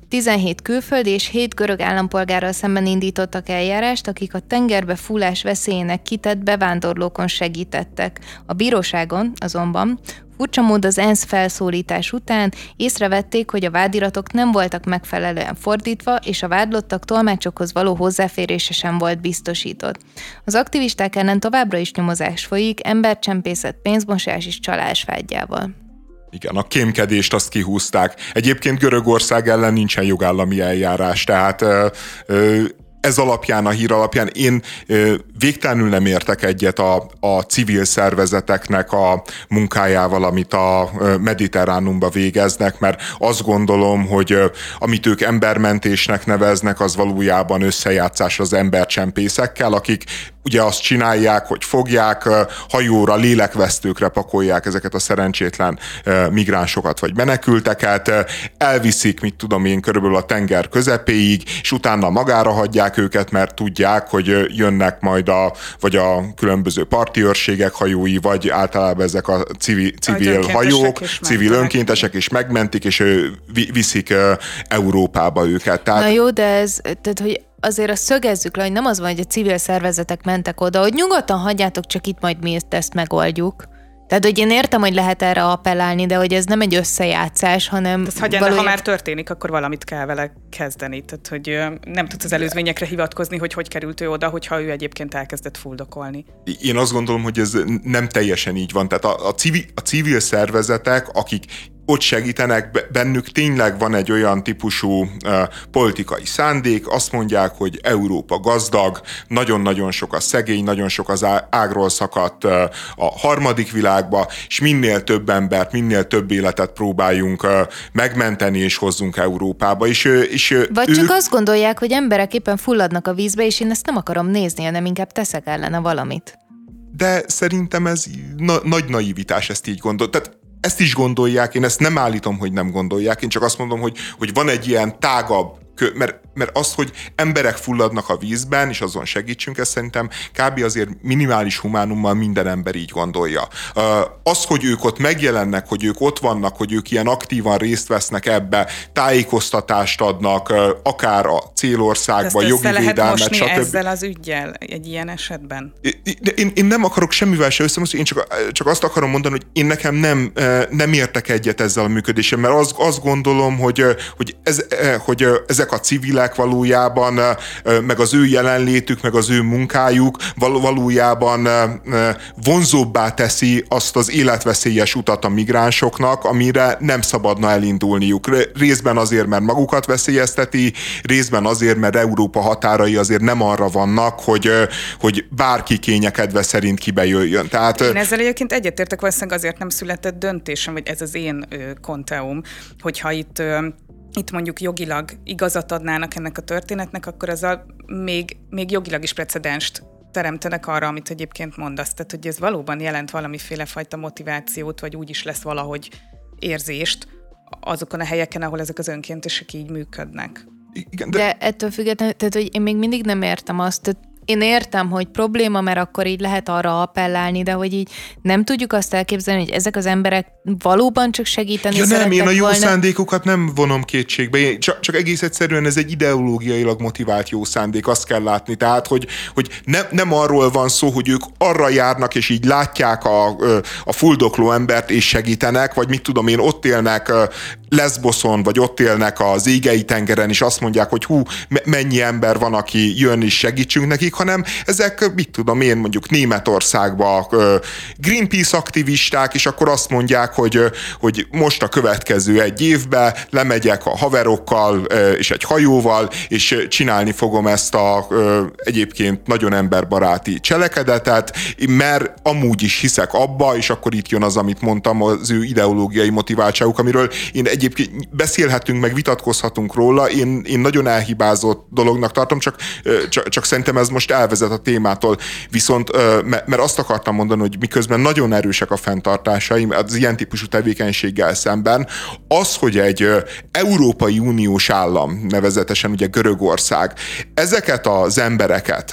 tizenhét külföldi és hét görög állampolgárral szemben indítottak eljárást, akik a tengerbe fullás veszélyének kitett bevándorlókon segítettek. A bíróságon azonban furcsa mód az ENSZ felszólítás után észrevették, hogy a vádiratok nem voltak megfelelően fordítva, és a vádlottak tolmácsokhoz való hozzáférése sem volt biztosított. Az aktivisták ellen továbbra is nyomozás folyik, embercsempészet, pénzmosás és csalás vádjával. Igen, a kémkedést azt kihúzták. Egyébként Görögország ellen nincsen jogállami eljárás, tehát ö, ö, ez alapján, a hír alapján én ö, végtelenül nem értek egyet a, a civil szervezeteknek a munkájával, amit a Mediterránumba végeznek, mert azt gondolom, hogy ö, amit ők embermentésnek neveznek, az valójában összejátszás az embercsempészekkel, akik ugye azt csinálják, hogy fogják, hajóra, lélekvesztőkre pakolják ezeket a szerencsétlen migránsokat vagy menekülteket, elviszik, mit tudom én, körülbelül a tenger közepéig, és utána magára hagyják őket, mert tudják, hogy jönnek majd a, vagy a különböző parti őrségek hajói, vagy általában ezek a civil, civil hajók, civil önkéntesek, és megmentik, és viszik Európába őket. Tehát... Na jó, de ez, tehát, hogy azért azt szögezzük le, hogy nem az van, hogy a civil szervezetek mentek oda, hogy nyugodtan hagyjátok, csak itt majd mi ezt megoldjuk. Tehát, hogy én értem, hogy lehet erre appellálni, de hogy ez nem egy összejátszás, hanem... Ezt hagyján, valójában... ha már történik, akkor valamit kell vele kezdeni. Tehát, hogy nem tudsz az előzményekre hivatkozni, hogy hogy került ő oda, hogyha ő egyébként elkezdett fuldokolni. Én azt gondolom, hogy ez nem teljesen így van. Tehát a, a, civil, a civil szervezetek, akik ott segítenek, bennük tényleg van egy olyan típusú uh, politikai szándék, azt mondják, hogy Európa gazdag, nagyon-nagyon sok a szegény, nagyon sok az ágról szakadt uh, a harmadik világba, és minél több embert, minél több életet próbáljunk uh, megmenteni, és hozzunk Európába. És, uh, és, uh, Vagy ők... csak azt gondolják, hogy emberek éppen fulladnak a vízbe, és én ezt nem akarom nézni, hanem inkább teszek ellene valamit. De szerintem ez na- nagy naivitás, ezt így gondolni. Tehát ezt is gondolják, én ezt nem állítom, hogy nem gondolják, én csak azt mondom, hogy, hogy van egy ilyen tágabb, mert, mert az, hogy emberek fulladnak a vízben, és azon segítsünk, ezt szerintem kb. Azért minimális humánummal minden ember így gondolja. Az, hogy ők ott megjelennek, hogy ők ott vannak, hogy ők ilyen aktívan részt vesznek ebbe, tájékoztatást adnak, akár a célországba, jogi védelmet, lehet mosni ezzel az üggyel egy ilyen esetben? Én, én nem akarok semmivel se összemosni, én csak, csak azt akarom mondani, hogy én nekem nem, nem értek egyet ezzel a működéssel, mert azt, azt gondolom, hogy, hogy, ez, hogy ezek a civilek valójában, meg az ő jelenlétük, meg az ő munkájuk valójában vonzóbbá teszi azt az életveszélyes utat a migránsoknak, amire nem szabadna elindulniuk. Részben azért, mert magukat veszélyezteti, részben azért, mert Európa határai azért nem arra vannak, hogy, hogy bárki kényekedve szerint kibejöjjön. Tehát, én ezzel egyébként egyetértek, valószínűleg azért nem született döntésem, vagy ez az én konteum, hogyha itt itt mondjuk jogilag igazat adnának ennek a történetnek, akkor azzal még, még jogilag is precedenst teremtenek arra, amit egyébként mondasz. Tehát, hogy ez valóban jelent valamiféle fajta motivációt, vagy úgy is lesz valahogy érzést azokon a helyeken, ahol ezek az önkéntesek így működnek. Igen, de... de ettől függetlenül, tehát, hogy én még mindig nem értem azt, tehát én értem, hogy probléma, mert akkor így lehet arra appellálni, de hogy így nem tudjuk azt elképzelni, hogy ezek az emberek valóban csak segíteni ja, szerettek nem, én a jó volna. szándékokat nem vonom kétségbe. Én csak, csak egész egyszerűen ez egy ideológiailag motivált jó szándék, azt kell látni. Tehát, hogy, hogy ne, nem arról van szó, hogy ők arra járnak, és így látják a, a fuldokló embert, és segítenek, vagy mit tudom én, ott élnek Leszboszon, vagy ott élnek az Égei tengeren, és azt mondják, hogy hú, mennyi ember van, aki jön, és segítsünk nekik, hanem ezek, mit tudom én, mondjuk Németországban Greenpeace aktivisták, és akkor azt mondják, hogy, hogy most a következő egy évben lemegyek a haverokkal és egy hajóval, és csinálni fogom ezt a egyébként nagyon emberbaráti cselekedetet, mert amúgy is hiszek abba, és akkor itt jön az, amit mondtam, az ő ideológiai motiváltságuk, amiről én egyébként beszélhetünk, meg vitatkozhatunk róla, én, én nagyon elhibázott dolognak tartom, csak, csak, csak szerintem ez most elvezet a témától, viszont, mert azt akartam mondani, hogy miközben nagyon erősek a fenntartásaim az ilyen típusú tevékenységgel szemben, az, hogy egy Európai Uniós állam, nevezetesen ugye Görögország, ezeket az embereket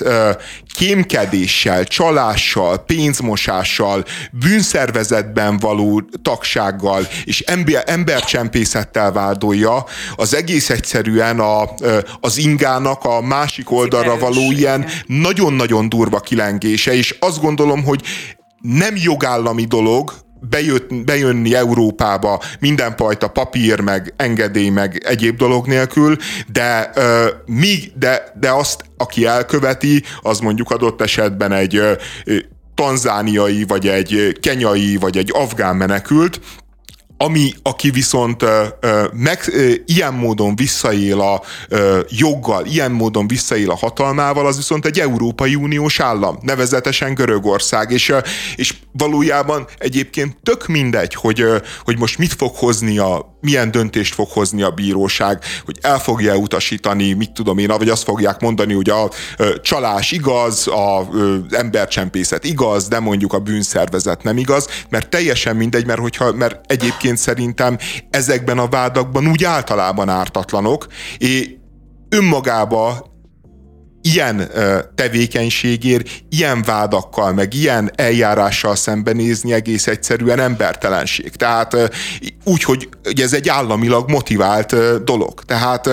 kémkedéssel, csalással, pénzmosással, bűnszervezetben való tagsággal és ember, embercsempészéssel embercsempészettel vádolja, az egész egyszerűen a, az ingának a másik oldalra való ilyen nagyon-nagyon durva kilengése, és azt gondolom, hogy nem jogállami dolog bejött, bejönni Európába mindenfajta papír, meg engedély, meg egyéb dolog nélkül, de, uh, míg, de, de azt, aki elköveti, az mondjuk adott esetben egy uh, tanzániai, vagy egy kenyai, vagy egy afgán menekült, ami, aki viszont ö, ö, meg, ö, ilyen módon visszaél a ö, joggal, ilyen módon visszaél a hatalmával, az viszont egy Európai Uniós állam, nevezetesen Görögország, és, ö, és valójában egyébként tök mindegy, hogy, ö, hogy most mit fog hozni a, milyen döntést fog hozni a bíróság, hogy el fogja utasítani, mit tudom én, vagy azt fogják mondani, hogy a ö, csalás igaz, az embercsempészet igaz, de mondjuk a bűnszervezet nem igaz, mert teljesen mindegy, mert, hogyha, mert egyébként szerintem ezekben a vádakban úgy általában ártatlanok, és önmagába ilyen tevékenységért, ilyen vádakkal, meg ilyen eljárással szembenézni egész egyszerűen embertelenség. Tehát úgy, hogy ez egy államilag motivált dolog. Tehát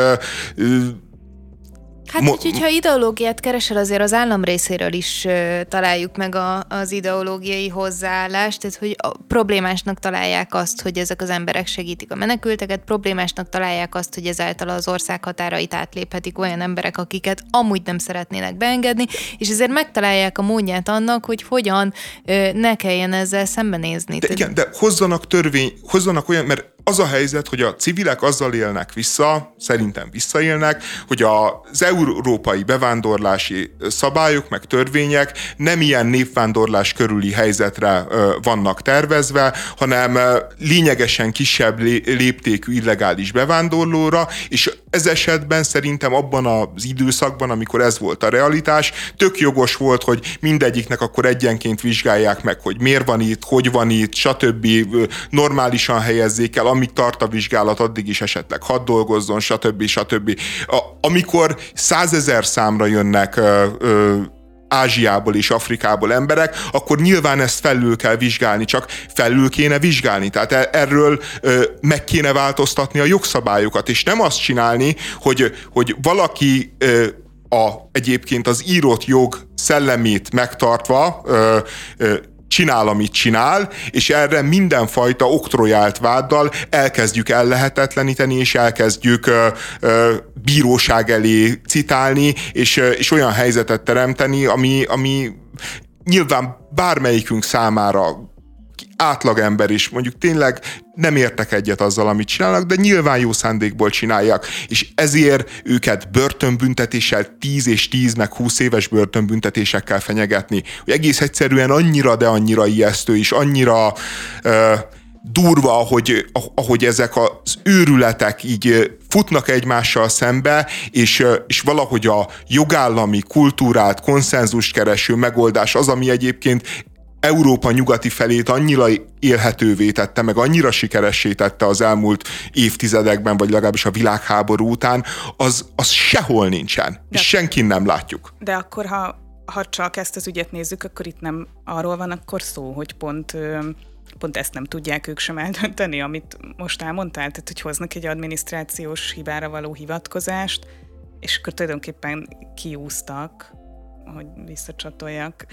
Hát, Mo- úgy, hogyha ideológiát keresel, azért az állam részéről is uh, találjuk meg a, az ideológiai hozzáállást, tehát hogy a problémásnak találják azt, hogy ezek az emberek segítik a menekülteket, problémásnak találják azt, hogy ezáltal az ország határait átléphetik olyan emberek, akiket amúgy nem szeretnének beengedni, és ezért megtalálják a módját annak, hogy hogyan uh, ne kelljen ezzel szembenézni. De igen, de hozzanak törvény, hozzanak olyan, mert az a helyzet, hogy a civilek azzal élnek vissza, szerintem visszaélnek, hogy az európai bevándorlási szabályok, meg törvények nem ilyen népvándorlás körüli helyzetre vannak tervezve, hanem lényegesen kisebb léptékű illegális bevándorlóra, és ez esetben szerintem abban az időszakban, amikor ez volt a realitás, tök jogos volt, hogy mindegyiknek akkor egyenként vizsgálják meg, hogy miért van itt, hogy van itt, stb. Normálisan helyezzék el, amíg tart a vizsgálat, addig is esetleg hadd dolgozzon, stb. stb. A, amikor százezer számra jönnek ö, ö, Ázsiából és Afrikából emberek, akkor nyilván ezt felül kell vizsgálni, csak felül kéne vizsgálni. Tehát erről ö, meg kéne változtatni a jogszabályokat, és nem azt csinálni, hogy, hogy valaki ö, a, egyébként az írott jog szellemét megtartva ö, ö, csinál, amit csinál, és erre mindenfajta oktroyált váddal elkezdjük ellehetetleníteni, és elkezdjük ö, ö, bíróság elé citálni, és, ö, és olyan helyzetet teremteni, ami, ami nyilván bármelyikünk számára átlagember is, mondjuk tényleg nem értek egyet azzal, amit csinálnak, de nyilván jó szándékból csinálják, és ezért őket börtönbüntetéssel, tíz és tíz meg húsz éves börtönbüntetésekkel fenyegetni. Hogy egész egyszerűen annyira, de annyira ijesztő, és annyira uh, durva, ahogy, ahogy ezek az őrületek így futnak egymással szembe, és, és valahogy a jogállami, kultúrált, konszenzust kereső megoldás az, ami egyébként Európa nyugati felét annyira élhetővé tette, meg annyira sikeressé tette az elmúlt évtizedekben, vagy legalábbis a világháború után, az, az sehol nincsen, de, és senkin nem látjuk. De akkor, ha, ha csak ezt az ügyet nézzük, akkor itt nem arról van akkor szó, hogy pont, pont ezt nem tudják ők sem eldönteni, amit most elmondtál, tehát hogy hoznak egy adminisztrációs hibára való hivatkozást, és akkor tulajdonképpen kiúztak, hogy visszacsatoljak,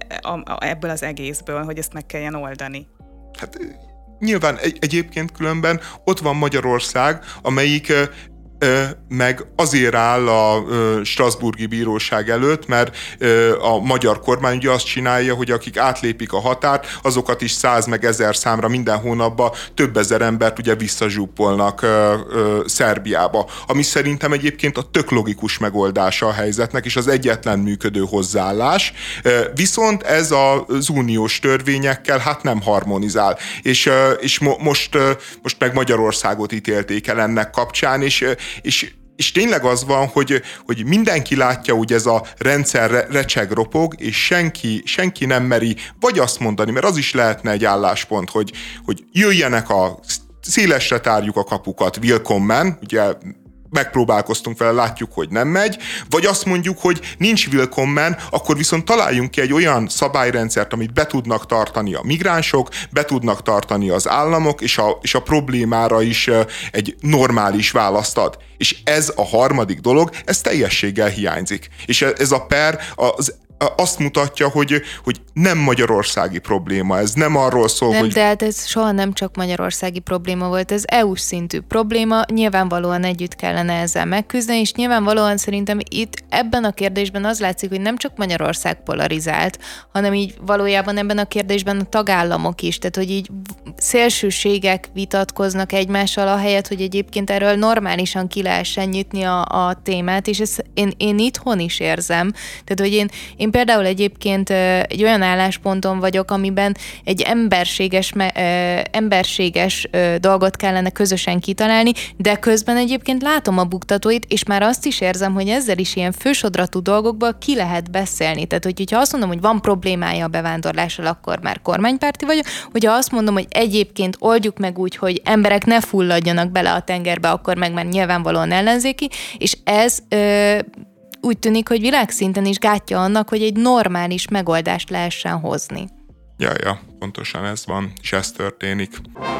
ebből az egészből, hogy ezt meg kelljen oldani. Hát nyilván egy, egyébként különben ott van Magyarország, amelyik meg azért áll a strasbourgi bíróság előtt, mert a magyar kormány ugye azt csinálja, hogy akik átlépik a határt, azokat is száz meg ezer számra minden hónapban több ezer embert ugye visszazsúpolnak Szerbiába. Ami szerintem egyébként a tök logikus megoldása a helyzetnek, és az egyetlen működő hozzáállás. Viszont ez az uniós törvényekkel hát nem harmonizál. És, és mo- most, most meg Magyarországot ítélték el ennek kapcsán, és És, és tényleg az van, hogy, hogy mindenki látja, hogy ez a rendszer re, recseg, ropog, és senki, senki nem meri vagy azt mondani, mert az is lehetne egy álláspont, hogy, hogy jöjjenek a szélesre tárjuk a kapukat, willkommen, ugye megpróbálkoztunk vele, látjuk, hogy nem megy, vagy azt mondjuk, hogy nincs willkommen, akkor viszont találjunk ki egy olyan szabályrendszert, amit be tudnak tartani a migránsok, be tudnak tartani az államok, és a, és a problémára is egy normális választ ad. És ez a harmadik dolog, ez teljességgel hiányzik. És ez a per az azt mutatja, hogy, hogy nem magyarországi probléma, ez nem arról szól, nem, hogy... de hát ez soha nem csak magyarországi probléma volt, ez é u-s szintű probléma, nyilvánvalóan együtt kellene ezzel megküzdeni, és nyilvánvalóan szerintem itt ebben a kérdésben az látszik, hogy nem csak Magyarország polarizált, hanem így valójában ebben a kérdésben a tagállamok is, tehát hogy így szélsőségek vitatkoznak egymással, ahelyett, hogy egyébként erről normálisan ki lehessen nyitni a, a témát, és ezt én, én itthon is érzem, tehát hogy én, én Én például egyébként egy olyan állásponton vagyok, amiben egy emberséges, emberséges dolgot kellene közösen kitalálni, de közben egyébként látom a buktatóit, és már azt is érzem, hogy ezzel is ilyen fősodratú dolgokból ki lehet beszélni. Tehát, hogyha azt mondom, hogy van problémája a bevándorlással, akkor már kormánypárti vagyok, hogyha azt mondom, hogy egyébként oldjuk meg úgy, hogy emberek ne fulladjanak bele a tengerbe, akkor meg már nyilvánvalóan ellenzéki, és ez... Ö, úgy tűnik, hogy világszinten is gátja annak, hogy egy normális megoldást lehessen hozni. Ja, ja, pontosan ez van, és ez történik.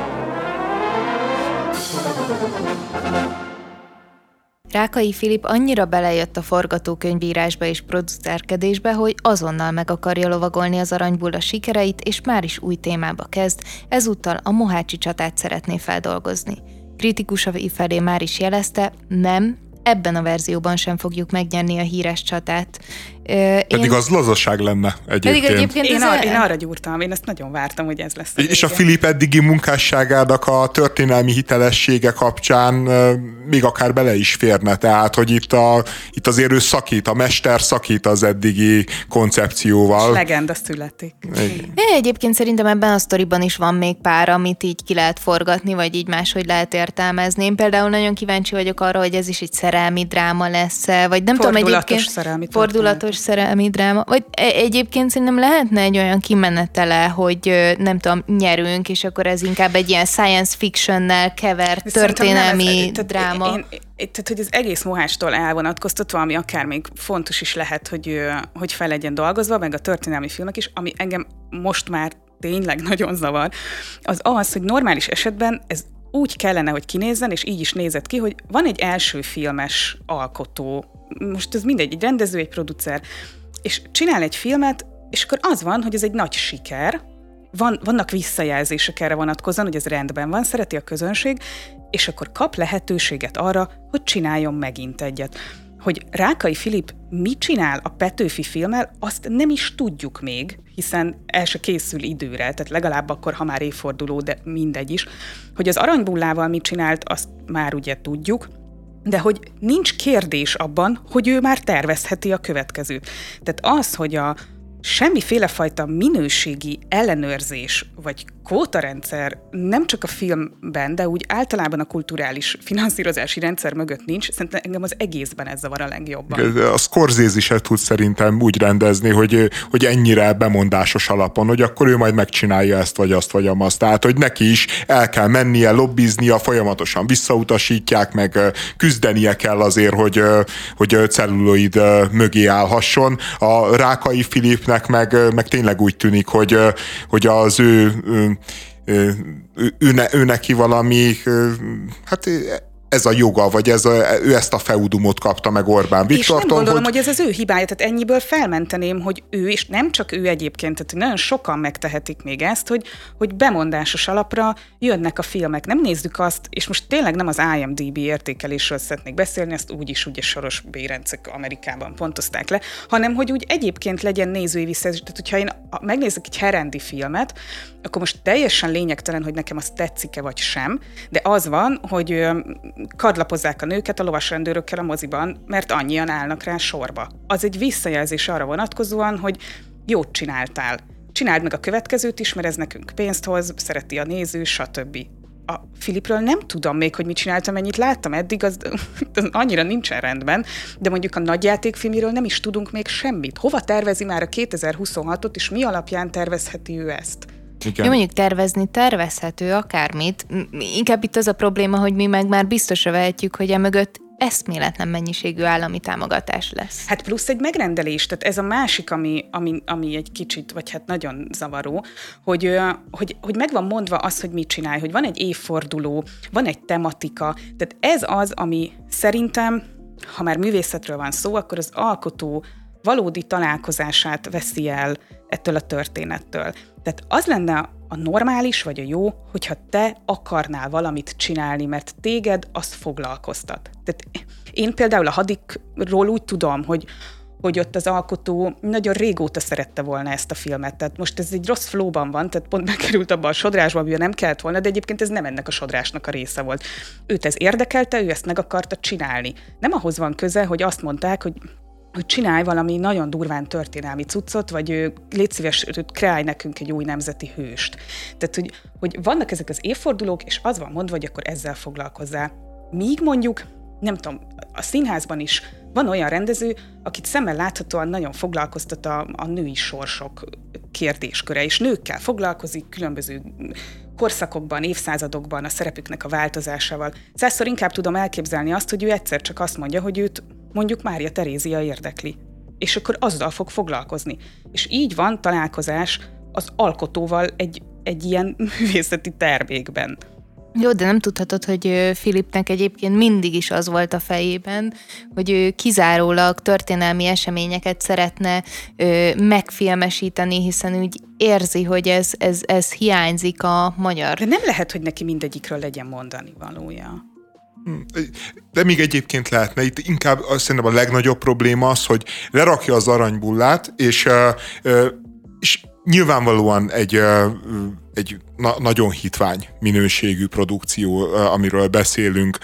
Rákai Filip annyira belejött a forgatókönyvírásba és producerkedésbe, hogy azonnal meg akarja lovagolni az Aranybulla sikereit, és már is új témába kezd, ezúttal a mohácsi csatát szeretné feldolgozni. Kritikusai felé már is jelezte, nem, ebben a verzióban sem fogjuk megnyerni a híres csatát. Én... Pedig az lazaság lenne egyébként. Pedig egyébként én, ar- ar- én arra gyúrtam, én ezt nagyon vártam, hogy ez lesz. A és a Filip eddigi munkásságának a történelmi hitelessége kapcsán még akár bele is férne, tehát, hogy itt, a, itt azért ő szakít, a mester szakít az eddigi koncepcióval. És legenda születik. É, egyébként szerintem ebben a sztoriban is van még pár, amit így ki lehet forgatni, vagy így máshogy lehet értelmezni. Én például nagyon kíváncsi vagyok arra, hogy ez is egy szerelmi dráma lesz, vagy nem tudom, egyébként szerelmi fordulatos szerelmi dráma, vagy egyébként szerintem lehetne egy olyan kimenetele, hogy nem tudom, nyerünk, és akkor ez inkább egy ilyen science fictionnel kevert történelmi ez, tehát dráma. Én, én, tehát, hogy az egész Mohácstól elvonatkoztatva, ami akár még fontos is lehet, hogy, hogy fel legyen dolgozva, meg a történelmi filmek is, ami engem most már tényleg nagyon zavar, az az, hogy normális esetben ez úgy kellene, hogy kinézzen, és így is nézett ki, hogy van egy első filmes alkotó, most ez mindegy, egy rendező, egy producer, és csinál egy filmet, és akkor az van, hogy ez egy nagy siker, van, vannak visszajelzések erre vonatkozóan, hogy ez rendben van, szereti a közönség, és akkor kap lehetőséget arra, hogy csináljon megint egyet. Hogy Rákai Filip mit csinál a Petőfi filmmel, azt nem is tudjuk még, hiszen el se készül időre, tehát legalább akkor, ha már évforduló, de mindegy is. Hogy az Aranybullával mit csinált, azt már ugye tudjuk, de hogy nincs kérdés abban, hogy ő már tervezheti a következőt. Tehát az, hogy a semmiféle fajta minőségi ellenőrzés vagy kvótarendszer nem csak a filmben, de úgy általában a kulturális finanszírozási rendszer mögött nincs, szerintem engem az egészben ez zavar a legjobban. A Scorsese se tud szerintem úgy rendezni, hogy, hogy ennyire bemondásos alapon, hogy akkor ő majd megcsinálja ezt, vagy azt, vagy amazt. Tehát, hogy neki is el kell mennie, lobbiznia, folyamatosan visszautasítják, meg küzdenie kell azért, hogy, hogy celluloid mögé állhasson. A Rákai Filipnek meg, meg tényleg úgy tűnik, hogy, hogy az ő Ő, ő, ne, ő neki valami, hát ez a joga, vagy ez a, ő ezt a feudumot kapta meg Orbán Viktortól. És nem gondolom, hogy... hogy ez az ő hibája, tehát ennyiből felmenteném, hogy ő, és nem csak ő egyébként, tehát nagyon sokan megtehetik még ezt, hogy, hogy bemondásos alapra jönnek a filmek. Nem nézzük azt, és most tényleg nem az I M D B értékelésről szeretnék beszélni, ezt úgyis ugye Soros Bérencek Amerikában pontozták le, hanem hogy úgy egyébként legyen nézői visszajelzés. Tehát, hogyha én megnézek egy Herendi filmet, akkor most teljesen lényegtelen, hogy nekem az tetszik-e vagy sem, de az van, hogy kardlapozzák a nőket a lovasrendőrökkel a moziban, mert annyian állnak rá sorba. Az egy visszajelzés arra vonatkozóan, hogy jót csináltál. Csináld meg a következőt is, mert ez nekünk pénzt hoz, szereti a néző, stb. A Filipről nem tudom még, hogy mit csináltam, mennyit láttam eddig, az, az annyira nincsen rendben, de mondjuk a nagyjátékfilmiről nem is tudunk még semmit. Hova tervezi már a kétezer-huszonhatot, és mi alapján tervezheti ő ezt? Igen. Jó, mondjuk tervezni tervezhető akármit. Inkább itt az a probléma, hogy mi meg már biztosra vehetjük, hogy emögött eszméletlen mennyiségű állami támogatás lesz. Hát plusz egy megrendelés, tehát ez a másik, ami, ami, ami egy kicsit, vagy hát nagyon zavaró, hogy, hogy, hogy meg van mondva az, hogy mit csinálj, hogy van egy évforduló, van egy tematika, tehát ez az, ami szerintem, ha már művészetről van szó, akkor az alkotó valódi találkozását veszi el ettől a történettől. Tehát az lenne a normális vagy a jó, hogyha te akarnál valamit csinálni, mert téged azt foglalkoztat. Tehát én például a Hadikról úgy tudom, hogy, hogy ott az alkotó nagyon régóta szerette volna ezt a filmet. Tehát most ez egy rossz flowban van, tehát pont bekerült abba a sodrásba, amiben nem kellett volna, de egyébként ez nem ennek a sodrásnak a része volt. Őt ez érdekelte, ő ezt meg akarta csinálni. Nem ahhoz van köze, hogy azt mondták, hogy hogy csinálj valami nagyon durván történelmi cuccot, vagy légy szíves, kreálj nekünk egy új nemzeti hőst. Tehát, hogy, hogy vannak ezek az évfordulók, és az van mondva, hogy akkor ezzel foglalkozzál. Míg mondjuk, nem tudom, a színházban is van olyan rendező, akit szemmel láthatóan nagyon foglalkoztat a, a női sorsok kérdésköre, és nőkkel foglalkozik különböző korszakokban, évszázadokban a szerepüknek a változásával. Százszor inkább tudom elképzelni azt, hogy ő egyszer csak azt mondja, hogy őt mondjuk Mária Terézia érdekli. És akkor azzal fog foglalkozni. És így van találkozás az alkotóval egy, egy ilyen művészeti termékben. Jó, de nem tudhatod, hogy Philipnek egyébként mindig is az volt a fejében, hogy ő kizárólag történelmi eseményeket szeretne ö, megfilmesíteni, hiszen úgy érzi, hogy ez, ez, ez hiányzik a magyar. De nem lehet, hogy neki mindegyikről legyen mondani valója. De még egyébként lehetne. Itt inkább szerintem a legnagyobb probléma az, hogy lerakja az aranybullát, és, és nyilvánvalóan egy, egy na- nagyon hitvány minőségű produkció, amiről beszélünk.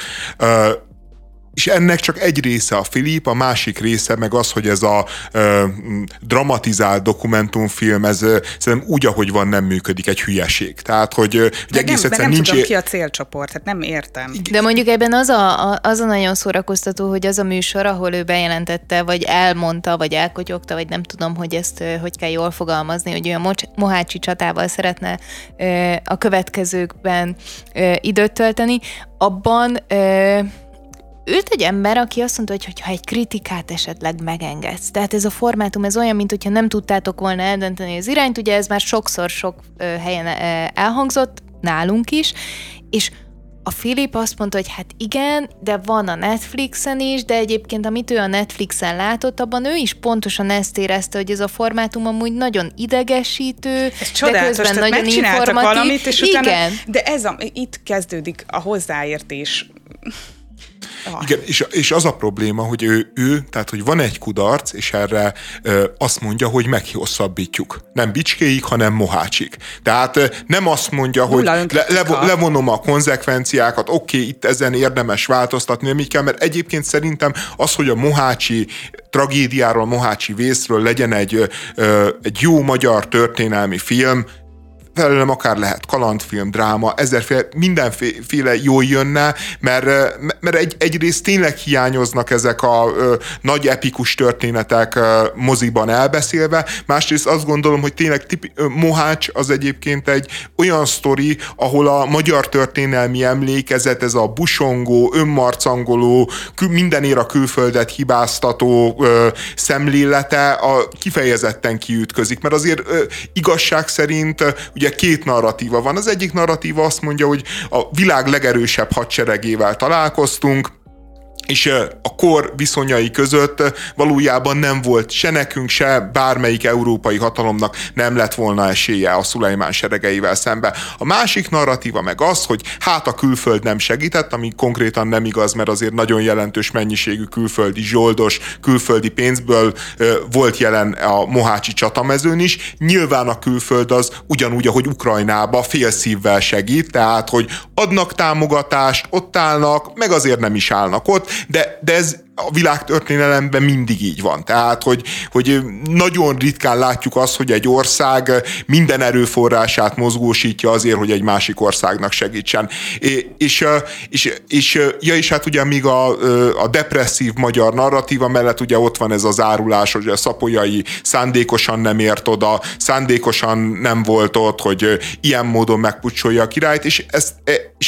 És ennek csak egy része a Philip, a másik része meg az, hogy ez a ö, dramatizált dokumentumfilm, ez szerintem úgy, ahogy van, nem működik, egy hülyeség. Tehát, hogy, hogy egész nem, egyszerűen nem nincs... tudom ki a célcsoport, hát nem értem. De mondjuk ebben az a, a, az a nagyon szórakoztató, hogy az a műsor, ahol ő bejelentette, vagy elmondta, vagy elkotyogta, vagy nem tudom, hogy ezt hogy kell jól fogalmazni, hogy ő a Mohácsi csatával szeretne ö, a következőkben ö, időt tölteni, abban... Ö, Őt egy ember, aki azt mondta, hogy ha egy kritikát esetleg megengedsz. Tehát ez a formátum, ez olyan, mint hogyha nem tudtátok volna eldönteni az irányt, ugye ez már sokszor sok ö, helyen ö, elhangzott, nálunk is, és a Philip azt mondta, hogy hát igen, de van a Netflixen is, de egyébként amit ő a Netflixen látott, abban ő is pontosan ezt érezte, hogy ez a formátum amúgy nagyon idegesítő, ez csodálatos, de közben nagyon megcsináltak informatív. Valamit, és igen. Utána, de ez a, itt kezdődik a hozzáértés. Oh. Igen, és, és az a probléma, hogy ő, ő, tehát hogy van egy kudarc, és erre ö, azt mondja, hogy meghosszabbítjuk. Nem Bicskéig, hanem Mohácsig. Tehát ö, nem azt mondja, hogy le, le, levonom a konzekvenciákat, oké, okay, itt ezen érdemes változtatni, nem így kell, mert egyébként szerintem az, hogy a mohácsi tragédiáról, a mohácsi vészről legyen egy, ö, egy jó magyar történelmi film, felelőm akár lehet kalandfilm, dráma, ezerféle, mindenféle jól jönne, mert, mert egy, egyrészt tényleg hiányoznak ezek a ö, nagy epikus történetek ö, moziban elbeszélve, másrészt azt gondolom, hogy tényleg tipi, ö, Mohács az egyébként egy olyan sztori, ahol a magyar történelmi emlékezet, ez a busongó, önmarcangoló, kül, mindenért a külföldet hibáztató ö, szemlélete a, kifejezetten kiütközik, mert azért ö, igazság szerint ö, ugye két narratíva van. Az egyik narratíva azt mondja, hogy a világ legerősebb hadseregével találkoztunk, és a kor viszonyai között valójában nem volt se nekünk, se bármelyik európai hatalomnak nem lett volna esélye a Szulajmán seregeivel szembe. A másik narratíva meg az, hogy hát a külföld nem segített, ami konkrétan nem igaz, mert azért nagyon jelentős mennyiségű külföldi zsoldos, külföldi pénzből volt jelen a mohácsi csatamezőn is. Nyilván a külföld az ugyanúgy, ahogy Ukrajnába fél szívvel segít, tehát hogy adnak támogatást, ott állnak, meg azért nem is állnak ott, De, de ez a világtörténelemben mindig így van. Tehát, hogy, hogy nagyon ritkán látjuk azt, hogy egy ország minden erőforrását mozgósítja azért, hogy egy másik országnak segítsen. És, és, és, ja, és hát ugye még a, a depresszív magyar narratíva mellett ugye ott van ez az árulás, hogy a Szapolyai szándékosan nem ért oda, szándékosan nem volt ott, hogy ilyen módon megpucsolja a királyt, és, ez, és egy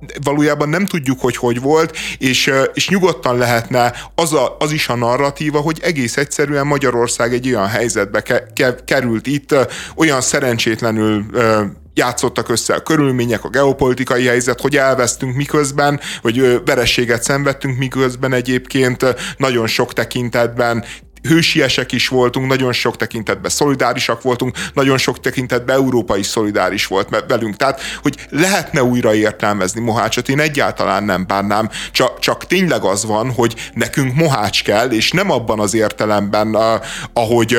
valójában nem tudjuk, hogy hogy volt, és, és nyugodtan lehetne az, a, az is a narratíva, hogy egész egyszerűen Magyarország egy olyan helyzetbe ke, ke, került itt, olyan szerencsétlenül játszottak össze a körülmények, a geopolitikai helyzet, hogy elvesztünk miközben, hogy vereséget szenvedtünk miközben egyébként nagyon sok tekintetben hősiesek is voltunk, nagyon sok tekintetben szolidárisak voltunk, nagyon sok tekintetben európai szolidáris volt velünk. Tehát, hogy lehetne újra értelmezni Mohácsot, én egyáltalán nem bánnám, csak, csak tényleg az van, hogy nekünk Mohács kell, és nem abban az értelemben, ahogy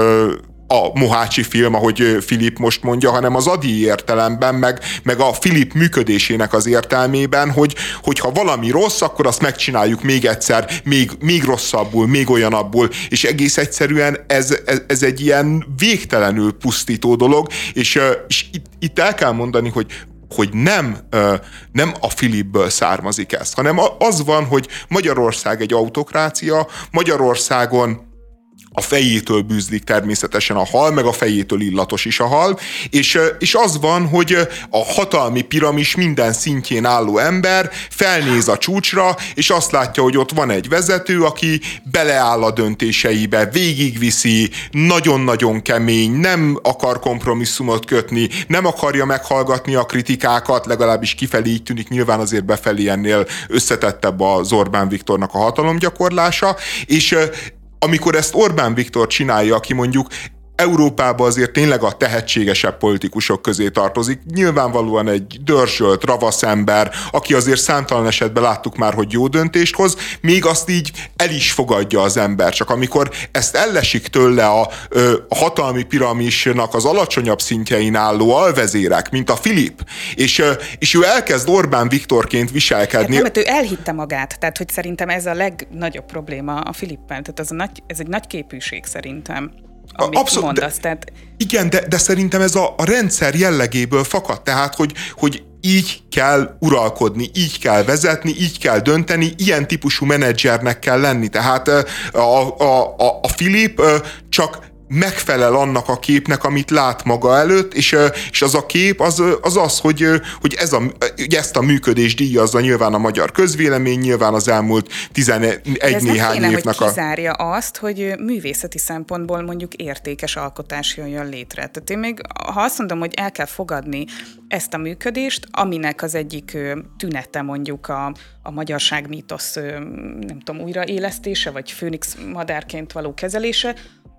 a mohácsi film, ahogy Filip most mondja, hanem az adi értelemben, meg, meg a Filip működésének az értelmében, hogy, hogy ha valami rossz, akkor azt megcsináljuk még egyszer, még, még rosszabbul, még olyanabbul, és egész egyszerűen ez, ez, ez egy ilyen végtelenül pusztító dolog, és, és itt, itt el kell mondani, hogy hogy nem, nem a Filipből származik ez, hanem az van, hogy Magyarország egy autokrácia, Magyarországon a fejétől bűzlik természetesen a hal, meg a fejétől illatos is a hal, és, és az van, hogy a hatalmi piramis minden szintjén álló ember felnéz a csúcsra, és azt látja, hogy ott van egy vezető, aki beleáll a döntéseibe, végigviszi, nagyon-nagyon kemény, nem akar kompromisszumot kötni, nem akarja meghallgatni a kritikákat, legalábbis kifelé így tűnik, nyilván azért befelé ennél összetettebb az Orbán Viktornak a hatalomgyakorlása, és amikor ezt Orbán Viktor csinálja, aki mondjuk Európában azért tényleg a tehetségesebb politikusok közé tartozik, nyilvánvalóan egy dörzsölt, ravasz ember, aki azért számtalan esetben láttuk már, hogy jó döntést hoz, még azt így el is fogadja az ember. Csak amikor ezt ellesik tőle a, a hatalmi piramisnak az alacsonyabb szintjein álló alvezérek, mint a Filip, és, és ő elkezd Orbán Viktorként viselkedni. Hát nem, ő elhitte magát, tehát hogy szerintem ez a legnagyobb probléma a Filippel, tehát ez, a nagy, ez egy nagy képűség szerintem. Abszolút, mondasz, de, tehát... Igen, de, de szerintem ez a, a rendszer jellegéből fakad, tehát, hogy, hogy így kell uralkodni, így kell vezetni, így kell dönteni, ilyen típusú menedzsernek kell lenni. Tehát a, a, a, a Filip csak megfelel annak a képnek, amit lát maga előtt, és, és az a kép az az, az hogy, hogy, ez a, hogy ezt a működést díjazza nyilván a magyar közvélemény, nyilván az elmúlt tizenegy néhány kéne, évnek hogy kizárja a... azt, hogy művészeti szempontból mondjuk értékes alkotás jöjjön létre. Tehát én még, ha azt mondom, hogy el kell fogadni ezt a működést, aminek az egyik tünete mondjuk a, a magyarság mítosz, nem tudom, újraélesztése, vagy főnix madárként való kezelése,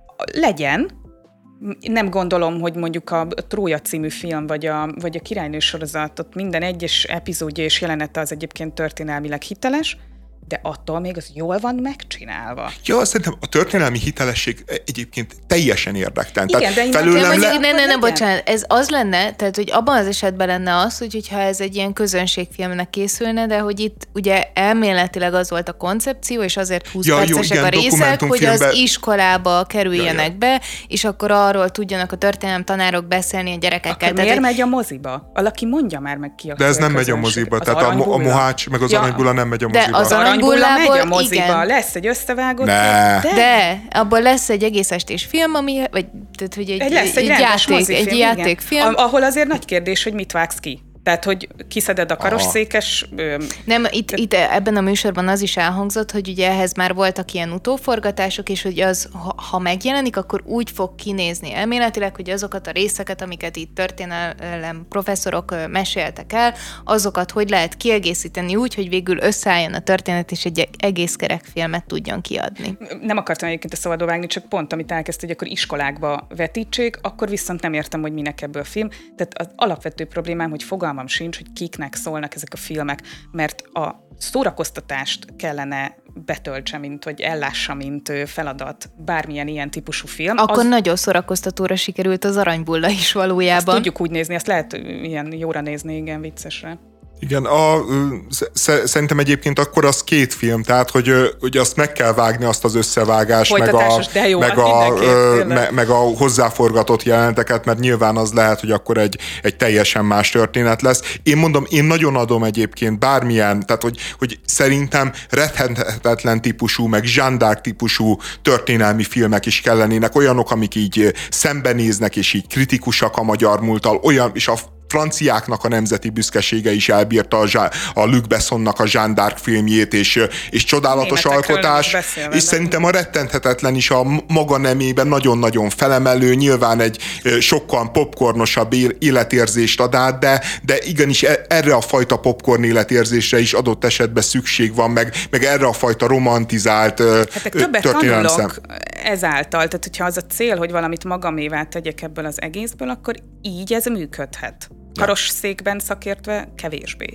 legyen. Nem gondolom, hogy mondjuk a Trója című film, vagy a, vagy a Királynő sorozatot minden egyes epizódja és jelenete az egyébként történelmileg hiteles, de attól még az jól van megcsinálva. Ja, szerintem a történelmi hitelesség egyébként teljesen érdektelen. Igen, de felőlem le... Ne, ne, ne, bocsánat, ez az lenne, tehát hogy abban az esetben lenne az, hogy, hogyha ez egy ilyen közönségfilmnek készülne, de hogy itt ugye elméletileg az volt a koncepció, és azért húsz ja, percesek jó, igen, a részek, hogy az iskolába kerüljenek ja, ja. be, és akkor arról tudjanak a történelem tanárok beszélni a gyerekekkel. Akkor miért egy... megy a moziba? Valaki mondja már meg ki a De ez nem megy a moziba, tehát a, a Mohács meg az ja. Aranybulla nem megy a moziba. Megy a moziba, igen. Lesz egy összevágott. Ne. De. de, abból lesz egy egész estés film, ami, vagy tehát, hogy egy, lesz egy, egy játék, mozifilm, egy játékfilm. Ahol azért nagy kérdés, hogy mit vágsz ki. Tehát, hogy kiszeded a karosszékes... Ö, nem, itt, itt ebben a műsorban az is elhangzott, hogy ugye ehhez már voltak ilyen utóforgatások, és hogy az, ha, ha megjelenik, akkor úgy fog kinézni elméletileg, hogy azokat a részeket, amiket itt történelem professzorok meséltek el, azokat hogy lehet kiegészíteni úgy, hogy végül összeálljon a történet, és egy egész kerek filmet tudjon kiadni. Nem akartam egyébként a szabadba vágni, csak pont, amit elkezdte, hogy akkor iskolákba vetítsék, akkor viszont nem értem, hogy minek ebből film. Tehát az alapvető problémám, hogy fogalmam sincs, hogy kiknek szólnak ezek a filmek, mert a szórakoztatást kellene betöltse, mint, vagy ellássa, mint feladat bármilyen ilyen típusú film. Akkor az... nagyon szórakoztatóra sikerült az Aranybulla is valójában. Azt tudjuk úgy nézni, azt lehet ilyen jóra nézni, igen, viccesre. Igen, a, sz, szerintem egyébként akkor az két film, tehát hogy, hogy azt meg kell vágni, azt az összevágást, meg a, jó, meg, a, me, meg a hozzáforgatott jeleneteket, mert nyilván az lehet, hogy akkor egy, egy teljesen más történet lesz. Én mondom, én nagyon adom egyébként bármilyen, tehát hogy, hogy szerintem rettenhetetlen típusú, meg Jeanne d'Arc típusú történelmi filmek is kellenének, olyanok, amik így szembenéznek, és így kritikusak a magyar múlttal, olyan, és a franciáknak a nemzeti büszkesége is elbírta a, Jean, a Luc Bessonnak a Jeanne d'Arc filmjét, és, és csodálatos alkotás, és szerintem a rettenthetetlen is a maga nemében nagyon-nagyon felemelő, nyilván egy sokkal popcornosabb életérzést ad át, de, de igenis erre a fajta popcorn életérzésre is adott esetben szükség van, meg, meg erre a fajta romantizált hát többet tanulok ezáltal, tehát hogyha az a cél, hogy valamit magamévá tegyek ebből az egészből, akkor így ez működhet. Karosszékben szakértve kevésbé.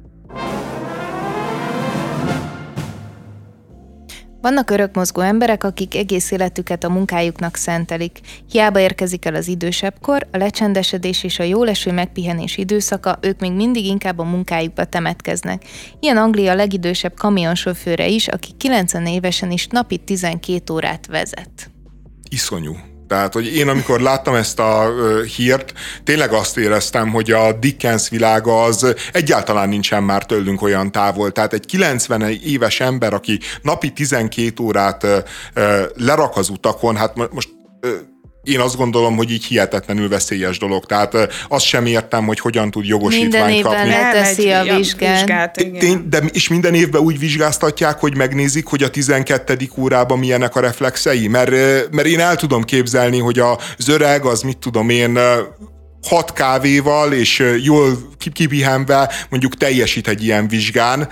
Vannak örökmozgó emberek, akik egész életüket a munkájuknak szentelik. Hiába érkezik el az idősebb kor, a lecsendesedés és a jóleső megpihenés időszaka, ők még mindig inkább a munkájukba temetkeznek. Ilyen Anglia legidősebb kamionsofőre is, aki kilencven évesen is napi tizenkét órát vezet. Iszonyú. Tehát, hogy én amikor láttam ezt a uh, hírt, tényleg azt éreztem, hogy a Dickens világa az egyáltalán nincsen már tőlünk olyan távol. Tehát egy kilencven éves ember, aki napi tizenkét órát uh, uh, lerak az utakon, hát most... Uh, én azt gondolom, hogy így hihetetlenül veszélyes dolog. Tehát azt sem értem, hogy hogyan tud jogosítványt kapni. Minden évben leteszi a vizsgát. vizsgát Tény, de, és minden évben úgy vizsgáztatják, hogy megnézik, hogy a tizenkettedik órában milyenek a reflexei. Mert, mert én el tudom képzelni, hogy az öreg, az mit tudom én, hat kávéval és jól kipihenve mondjuk teljesít egy ilyen vizsgán,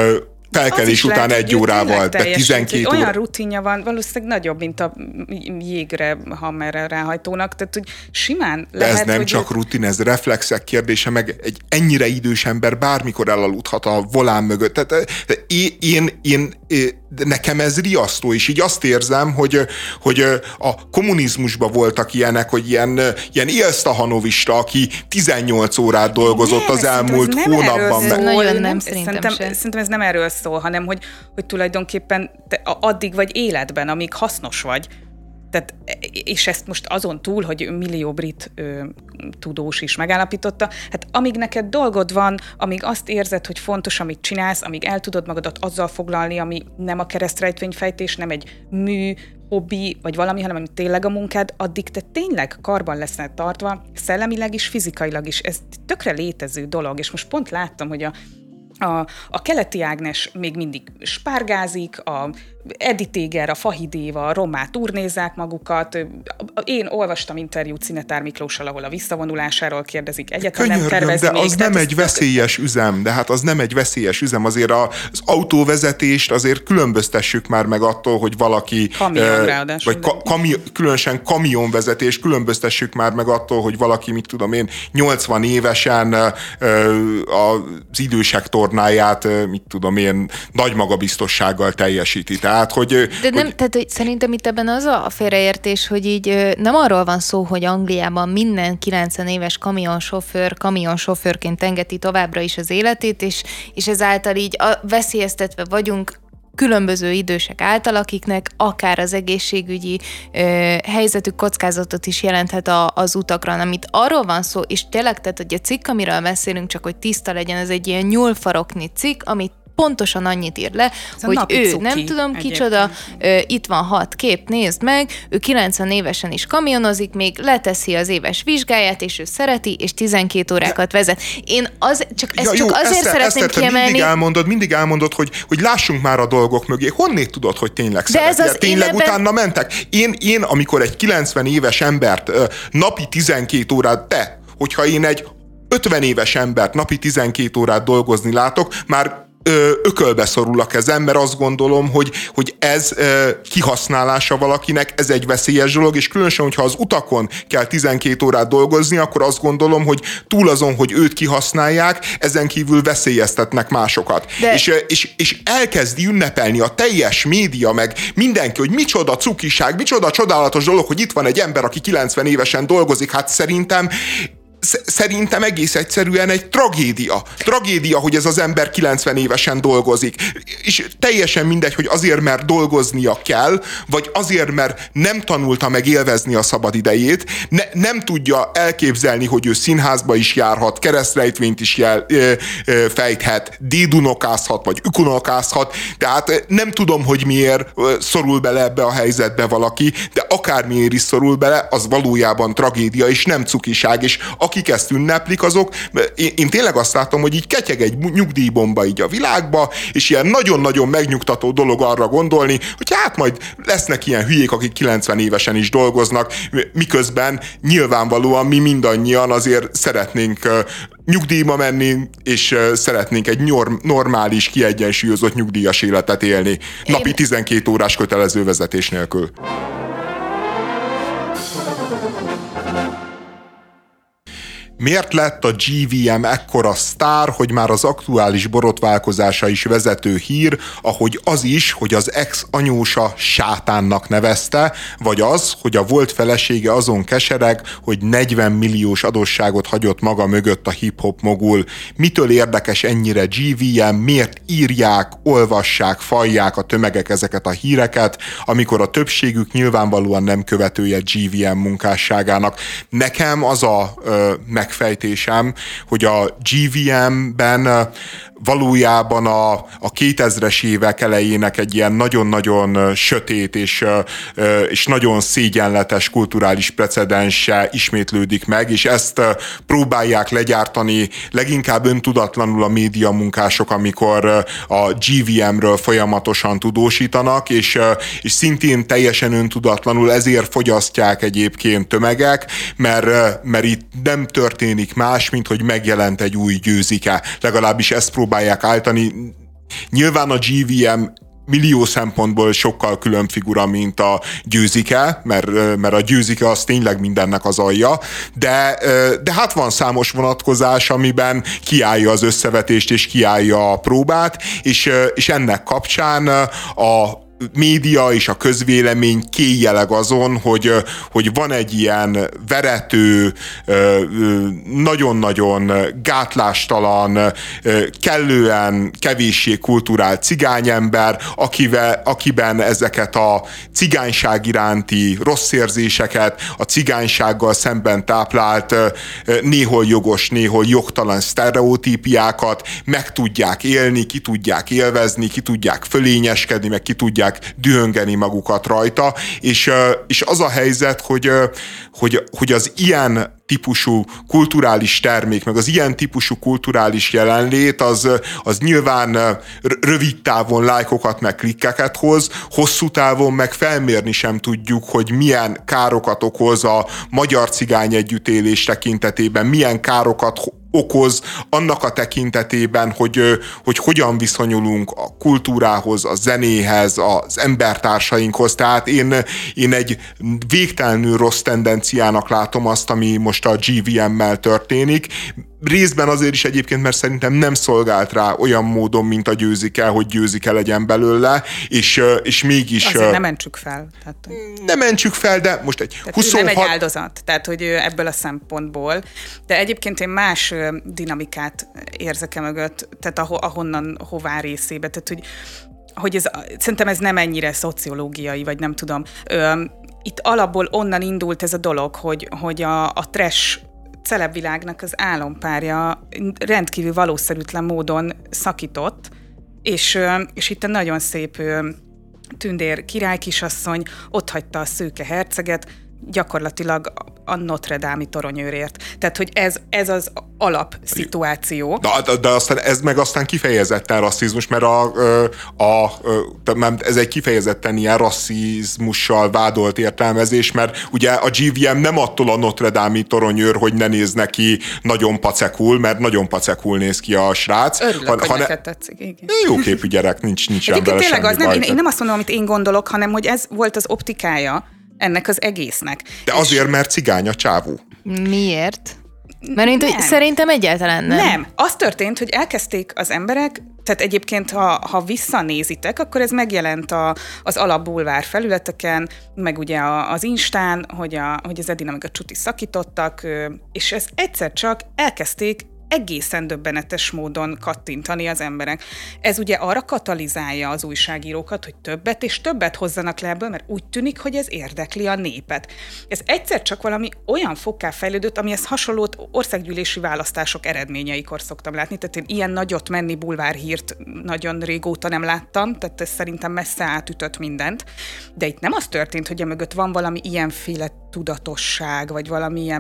felkelés után lehet, egy órával, de tizenkét óra. Olyan rutinja van, valószínűleg nagyobb, mint a jégre, hammerrel ráhajtónak, tehát hogy simán de lehet, ez nem hogy csak rutin, ez reflexek kérdése, meg egy ennyire idős ember bármikor elaludhat a volán mögött. Tehát én, én, én de nekem ez riasztó, és így azt érzem, hogy, hogy a kommunizmusban voltak ilyenek, hogy ilyen, ilyen élsztahanovista, aki tizennyolc órát dolgozott nem, az elmúlt hónapban. Ez nagyon nem, szerintem, szerintem ez nem erről szól, hanem hogy, hogy tulajdonképpen te addig vagy életben, amíg hasznos vagy. Tehát, és ezt most azon túl, hogy millió brit ö, tudós is megállapította, hát amíg neked dolgod van, amíg azt érzed, hogy fontos, amit csinálsz, amíg el tudod magadat azzal foglalni, ami nem a keresztrejtvényfejtés, nem egy mű, hobbi, vagy valami, hanem ami tényleg a munkád, addig te tényleg karban leszel tartva, szellemileg is, fizikailag is. Ez tökre létező dolog, és most pont láttam, hogy a A, a Keleti Ágnes még mindig spárgázik, a Edi Téger, a Fahidéva, a Rommá turnézzák magukat. Én olvastam interjút Szinetár Miklóssal, ahol a visszavonulásáról kérdezik. Egyáltalán nem tervezni de még. az nem egy veszélyes üzem, de hát az nem egy veszélyes üzem. Azért az autóvezetést azért különböztessük már meg attól, hogy valaki... Kamion eh, ráadásul. Vagy ka, kami, különösen kamionvezetés, különböztessük már meg attól, hogy valaki, mit tudom én, nyolcvan évesen eh, az idősek tornáját, eh, mit tudom én, nagy magabiztossággal teljesíti. Tehát, hogy, De nem, hogy... tehát, hogy szerintem itt ebben az a félreértés, hogy így nem arról van szó, hogy Angliában minden kilencven éves kamionsofőr kamionsofőrként engedi továbbra is az életét, és, és ezáltal így a, veszélyeztetve vagyunk különböző idősek által, akiknek akár az egészségügyi ö, helyzetük kockázatot is jelenthet a, az utakra, amit arról van szó, és tényleg, tehát, hogy a cikk, amiről beszélünk, csak hogy tiszta legyen, ez egy ilyen nyúlfaroknyi cikk, amit pontosan annyit ír le, ez hogy ő nem tudom kicsoda, ö, itt van hat kép, nézd meg, ő kilencven évesen is kamionozik, még leteszi az éves vizsgáját, és ő szereti, és tizenkét órákat vezet. Én az, csak, ezt ja, csak jó, azért Eszter, szeretném Eszter, kiemelni. Mindig elmondod, mindig elmondod, hogy, hogy lássunk már a dolgok mögé. Honnét tudod, hogy tényleg De szereti? Ez az tényleg ebben... utána mentek? Én, én, amikor egy kilencven éves embert ö, napi tizenkét órát, te, hogyha én egy ötven éves embert napi tizenkét órát dolgozni látok, már ökölbe szorul a kezem, mert azt gondolom, hogy, hogy ez e, kihasználása valakinek, ez egy veszélyes dolog, és különösen, hogyha az utakon kell tizenkét órát dolgozni, akkor azt gondolom, hogy túl azon, hogy őt kihasználják, ezen kívül veszélyeztetnek másokat. De... És, és, és elkezdi ünnepelni a teljes média, meg mindenki, hogy micsoda cukiság, micsoda csodálatos dolog, hogy itt van egy ember, aki kilencven évesen dolgozik, hát szerintem Szerintem egész egyszerűen egy tragédia. Tragédia, hogy ez az ember kilencven évesen dolgozik. És teljesen mindegy, hogy azért, mert dolgoznia kell, vagy azért, mert nem tanulta meg élvezni a szabadidejét, ne, nem tudja elképzelni, hogy ő színházba is járhat, keresztrejtvényt is jel, ö, ö, fejthet, dédunokázhat, vagy ükunokázhat. Tehát nem tudom, hogy miért szorul bele ebbe a helyzetbe valaki, de akármiért is szorul bele, az valójában tragédia, és nem cukiság, és akik ezt ünneplik, azok, én, én tényleg azt látom, hogy így ketyeg egy nyugdíjbomba így a világba, és ilyen nagyon-nagyon megnyugtató dolog arra gondolni, hogy hát majd lesznek ilyen hülyék, akik kilencven évesen is dolgoznak, miközben nyilvánvalóan mi mindannyian azért szeretnénk nyugdíjba menni, és szeretnénk egy normális, kiegyensúlyozott nyugdíjas életet élni. Napi tizenkét órás kötelező vezetés nélkül. Miért lett a gé vé em ekkora sztár, hogy már az aktuális borotválkozása is vezető hír, ahogy az is, hogy az ex-anyósa sátánnak nevezte, vagy az, hogy a volt felesége azon kesereg, hogy negyven milliós adósságot hagyott maga mögött a hip-hop mogul. Mitől érdekes ennyire gé vé em, miért írják, olvassák, fajják a tömegek ezeket a híreket, amikor a többségük nyilvánvalóan nem követője gé vé em munkásságának. Nekem az a ö, megfejtésem, hogy a gé vé em-ben valójában a, a kétezres évek elejének egy ilyen nagyon-nagyon sötét és, és nagyon szégyenletes kulturális precedense ismétlődik meg, és ezt próbálják legyártani leginkább öntudatlanul a médiamunkások, amikor a gé vé em-ről folyamatosan tudósítanak, és, és szintén teljesen öntudatlanul ezért fogyasztják egyébként tömegek, mert, mert itt nem történik más, mint hogy megjelent egy új Győzike. Legalábbis ezt próbálják állítani. Nyilván a gé vé em millió szempontból sokkal külön figura, mint a Győzike, mert, mert a Győzike az tényleg mindennek az alja, de, de hát van számos vonatkozás, amiben kiállja az összevetést és kiállja a próbát, és, és ennek kapcsán a média és a közvélemény kéjjeleg azon, hogy, hogy van egy ilyen verető, nagyon-nagyon gátlástalan, kellően kevéssé kulturált cigányember, akivel, akiben ezeket a cigányság iránti rossz érzéseket, a cigánysággal szemben táplált néhol jogos, néhol jogtalan sztereotípiákat meg tudják élni, ki tudják élvezni, ki tudják fölényeskedni, meg ki tudják dühöngeni magukat rajta, és, és az a helyzet, hogy, hogy, hogy az ilyen típusú kulturális termék, meg az ilyen típusú kulturális jelenlét, az, az nyilván rövid távon lájkokat, meg klikkeket hoz, hosszú távon meg felmérni sem tudjuk, hogy milyen károkat okoz a magyar cigány együttélés tekintetében, milyen károkat okoz annak a tekintetében, hogy, hogy hogyan viszonyulunk a kultúrához, a zenéhez, az embertársainkhoz. Tehát én, én egy végtelenül rossz tendenciának látom azt, ami most a gé vé em-mel történik. Részben azért is egyébként, mert szerintem nem szolgált rá olyan módon, mint a Győzike, hogy Győzike legyen belőle, és, és mégis... Azért nem mentsük fel. Tehát, nem mentsük fel, de most egy tehát huszonhat... nem egy áldozat, tehát hogy ebből a szempontból. De egyébként én más dinamikát érzek e mögött, tehát ahonnan, hová részébe. Tehát, hogy, hogy ez, szerintem ez nem ennyire szociológiai, vagy nem tudom. Itt alapból onnan indult ez a dolog, hogy, hogy a, a trash celebvilágnak az álompárja rendkívül valószerűtlen módon szakított, és, és itt a nagyon szép tündér királykisasszony ott hagyta a szőke herceget, gyakorlatilag a Notre Dame-i toronyőrért. Tehát, hogy ez, ez az alapszituáció. De, de, de aztán ez meg aztán kifejezetten rasszizmus, mert a, a, a, ez egy kifejezetten ilyen rasszizmussal vádolt értelmezés, mert ugye a gé vé em nem attól a Notre Dame-i toronyőr, hogy ne néz neki nagyon pacekul, mert nagyon pacekul néz ki a srác. Örülök, han, hogy neked tetszik. Igen. Jó képű gyerek, nincs, nincs vele semmi az nem, én, én nem azt mondom, amit én gondolok, hanem hogy ez volt az optikája ennek az egésznek. De azért, és... mert cigány a csávó. Miért? Mert én t- szerintem egyáltalán nem. Nem. Az történt, hogy elkezdték az emberek, tehát egyébként, ha, ha visszanézitek, akkor ez megjelent a, az alapbulvár felületeken, meg ugye az Instán, hogy, a, hogy az Edina meg a Csuti szakítottak, és ez egyszer csak elkezdték egészen döbbenetes módon kattintani az emberek. Ez ugye arra katalizálja az újságírókat, hogy többet és többet hozzanak le ebből, mert úgy tűnik, hogy ez érdekli a népet. Ez egyszer csak valami olyan fokká fejlődött, amihez hasonlót országgyűlési választások eredményeikor szoktam látni, tehát én ilyen nagyot menni bulvárhírt nagyon régóta nem láttam, tehát ez szerintem messze átütött mindent. De itt nem az történt, hogy emögött van valami ilyenféle tudatosság, vagy valamilyen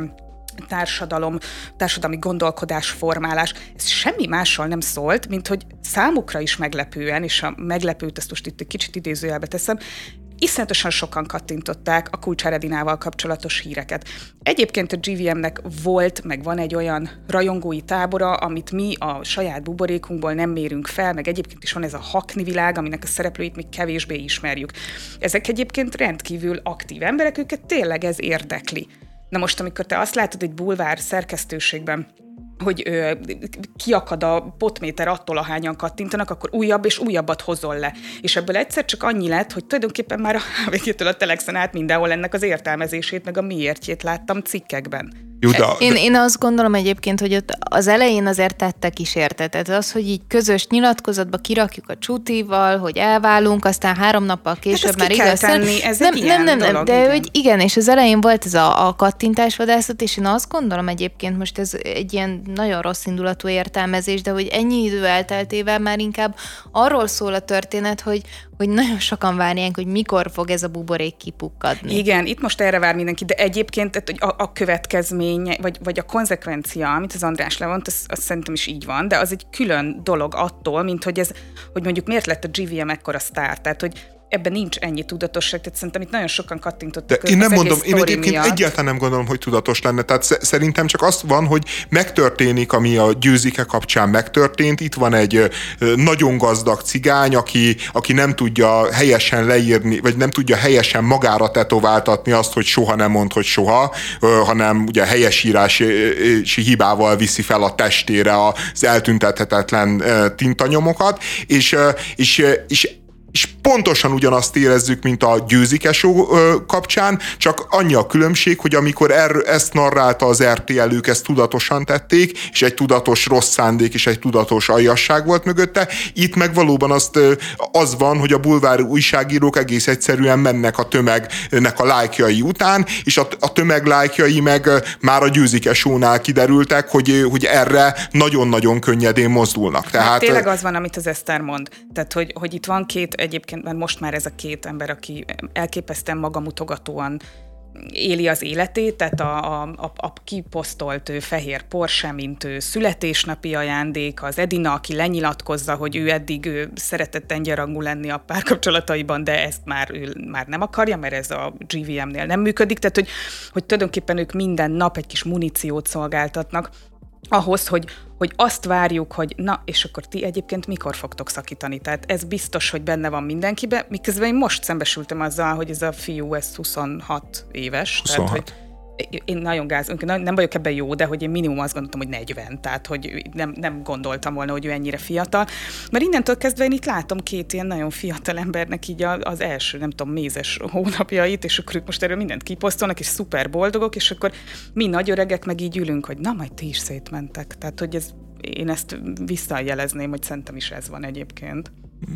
társadalom, társadalmi gondolkodásformálás, ez semmi mással nem szólt, mint hogy számukra is meglepően, és a meglepőt, ezt most itt egy kicsit idézőjelbe teszem, iszonyatosan sokan kattintották a Kulcsár Edinával kapcsolatos híreket. Egyébként a gé vé em-nek volt, meg van egy olyan rajongói tábora, amit mi a saját buborékunkból nem mérünk fel, meg egyébként is van ez a Hackni világ, aminek a szereplőit még kevésbé ismerjük. Ezek egyébként rendkívül aktív emberek, őket tényleg ez érdekli. Na most, amikor te azt látod egy bulvár szerkesztőségben, hogy ö, kiakad a potméter attól, ahányan kattintanak, akkor újabb és újabbat hozol le. És ebből egyszer csak annyi lett, hogy tulajdonképpen már a há vé gé-től a Telexen át mindenhol ennek az értelmezését, meg a miértjét láttam cikkekben. Jó, de, én, én azt gondolom egyébként, hogy ott az elején azért tettek is érte. Tehát az, hogy így közös nyilatkozatba kirakjuk a Csutival, hogy elválunk, aztán három nappal később hát már igaz. Tenni, ez nem, egy nem, nem, nem, dolog, de igen. hogy igen, és az elején volt ez a, a kattintásvadászat, és én azt gondolom egyébként, most ez egy ilyen nagyon rossz indulatú értelmezés, de hogy ennyi idő elteltével már inkább arról szól a történet, hogy hogy nagyon sokan várják, hogy mikor fog ez a buborék kipukkadni. Igen, itt most erre vár mindenki, de egyébként tehát, hogy a, a következmény, vagy, vagy a konzekvencia, amit az András levont, az, az szerintem is így van, de az egy külön dolog attól, mint hogy ez, hogy mondjuk miért lett a gé vé em ekkora sztár, tehát hogy ebben nincs ennyi tudatosság, tehát szerintem itt nagyon sokan kattintottak. De én nem mondom, én egyébként miatt. egyáltalán nem gondolom, hogy tudatos lenne. Tehát szerintem csak az van, hogy megtörténik, ami a Győzike kapcsán megtörtént. Itt van egy nagyon gazdag cigány, aki, aki nem tudja helyesen leírni, vagy nem tudja helyesen magára tetováltatni azt, hogy soha nem mond, hogy soha, hanem ugye helyesírási hibával viszi fel a testére az eltüntethetetlen tintanyomokat, és, és, és és pontosan ugyanazt érezzük, mint a Győzike show kapcsán, csak annyi a különbség, hogy amikor er, ezt narrálta az er té el, ők ezt tudatosan tették, és egy tudatos rossz szándék és egy tudatos aljasság volt mögötte. Itt meg valóban azt, az van, hogy a bulvár újságírók egész egyszerűen mennek a tömegnek a lájkjai után, és a, a tömeg lájkjai meg már a Győzike shownál kiderültek, hogy, hogy erre nagyon-nagyon könnyedén mozdulnak. Tehát, hát tényleg az van, amit az Eszter mond. Tehát, hogy, hogy itt van két egyébként, mert most már ez a két ember, aki elképesztően magamutogatóan éli az életét, tehát a, a, a kiposztolt fehér Porsche, mint születésnapi ajándék, az Edina, aki lenyilatkozza, hogy ő eddig ő szeretett egyenrangú lenni a párkapcsolataiban, de ezt már, ő már nem akarja, mert ez a gé vé em-nél nem működik, tehát hogy, hogy tulajdonképpen ők minden nap egy kis muníciót szolgáltatnak ahhoz, hogy, hogy azt várjuk, hogy na, és akkor ti egyébként mikor fogtok szakítani. Tehát ez biztos, hogy benne van mindenkibe, miközben én most szembesültem azzal, hogy ez a fiú, ez huszonhat éves. huszonhat. Tehát, hogy én nagyon gáz, nem vagyok ebben jó, de hogy én minimum azt gondoltam, hogy negyven, tehát hogy nem, nem gondoltam volna, hogy ő ennyire fiatal. Mert innentől kezdve én itt látom két ilyen nagyon fiatal embernek így az első, nem tudom, mézes hónapjait, és akkor ők most erről mindent kiposztolnak, és szuper boldogok, és akkor mi nagy öregek meg így ülünk, hogy na, majd ti is szétmentek. Tehát, hogy ez, én ezt visszajelezném, hogy szerintem is ez van egyébként.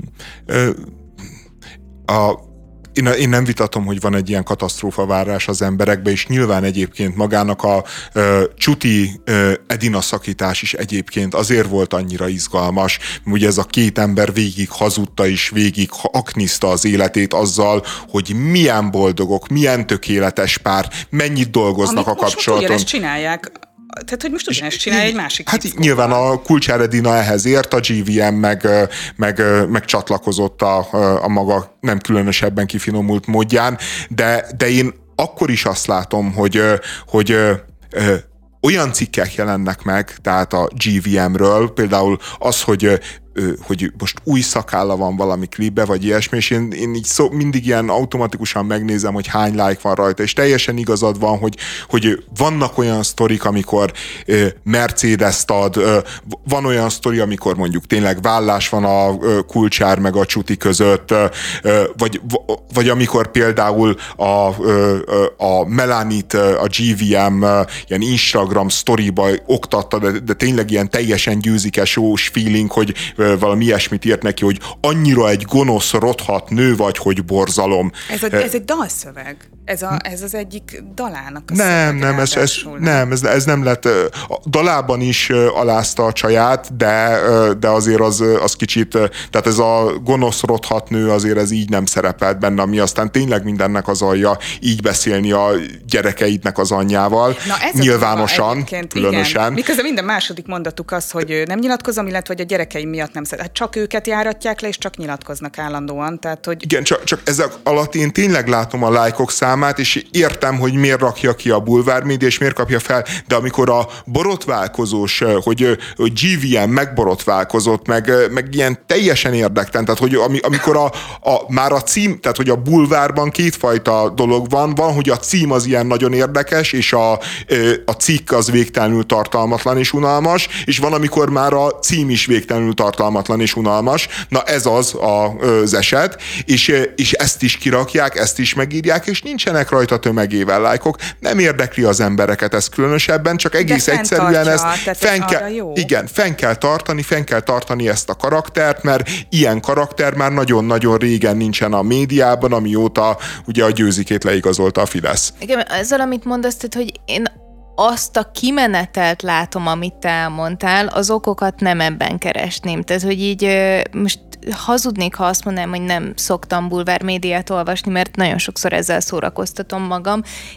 A Én, én nem vitatom, hogy van egy ilyen katasztrófavárás az emberekbe, és nyilván egyébként magának a ö, Csuti ö, Edina szakítás is egyébként azért volt annyira izgalmas, ugye ez a két ember végig hazudta és végig aknizta az életét azzal, hogy milyen boldogok, milyen tökéletes pár, mennyit dolgoznak Amit a kapcsolaton. Most csinálják. Tehát, hogy most ugyanezt csinálja egy másik Hát fickóval. nyilván a Kulcsár Edina ehhez ért, a gé vé em meg, meg, meg csatlakozott a, a maga nem különösebben kifinomult módján, de, de én akkor is azt látom, hogy, hogy ö, ö, olyan cikkek jelennek meg, tehát a gé vé em-ről, például az, hogy hogy most új szakálla van valami klipbe, vagy ilyesmi, és én, én így szó, mindig ilyen automatikusan megnézem, hogy hány like van rajta, és teljesen igazad van, hogy, hogy vannak olyan sztorik, amikor uh, Mercedes-t ad, uh, van olyan sztori, amikor mondjuk tényleg vállás van a uh, Kulcsár meg a Csuti között, uh, vagy, vagy amikor például a, uh, a Melanit, uh, a gé vé em uh, ilyen Instagram sztoriba oktatta, de, de tényleg ilyen teljesen Győzike show-s feeling, hogy valami ilyesmit írt neki, hogy annyira egy gonosz, rothadt nő vagy, hogy borzalom. Ez, a, ez egy dalszöveg. Ez, a, ez az egyik dalának a Nem, nem, ez, ez, nem ez, ez nem lett. A dalában is alázta a csaját, de, de azért az, az kicsit, tehát ez a gonosz, rothadt nő azért ez így nem szerepelt benne, ami aztán tényleg mindennek az alja, így beszélni a gyerekeidnek az anyjával. Na, nyilvánosan, különösen. Igen. Miközben minden második mondatuk az, hogy nem nyilatkozom, illetve hogy a gyerekeim miatt nem szeret. Hát csak őket járatják le, és csak nyilatkoznak állandóan. Tehát, hogy... Igen, csak, csak ezek alatt én tényleg látom a lájkok számát, és értem, hogy miért rakja ki a Bulvár Média, és miért kapja fel, de amikor a borotválkozós, hogy, hogy gé vé em megborotválkozott, meg, meg ilyen teljesen érdektelen, tehát hogy amikor a, a, már a cím, tehát hogy a Bulvárban kétfajta dolog van, van, hogy a cím az ilyen nagyon érdekes, és a, a cikk az végtelenül tartalmatlan és unalmas, és van, amikor már a cím is végtelenül tartalmatlan és unalmas. Na ez az a, az eset, és, és ezt is kirakják, ezt is megírják, és nincsenek rajta tömegével lájkok. Nem érdekli az embereket ez különösebben, csak egész egyszerűen ezt fenn kell, igen, fenn kell tartani, fenn kell tartani ezt a karaktert, mert ilyen karakter már nagyon-nagyon régen nincsen a médiában, amióta ugye a Győzikét leigazolta a Fidesz. Igen, ezzel, amit mondasz, tehát, hogy én azt a kimenetelt látom, amit te elmondtál, az okokat nem ebben keresném. Tehát, hogy így most hazudnék, ha azt mondanám, hogy nem szoktam Bulvár Médiát olvasni, mert nagyon sokszor ezzel szórakoztatom magam,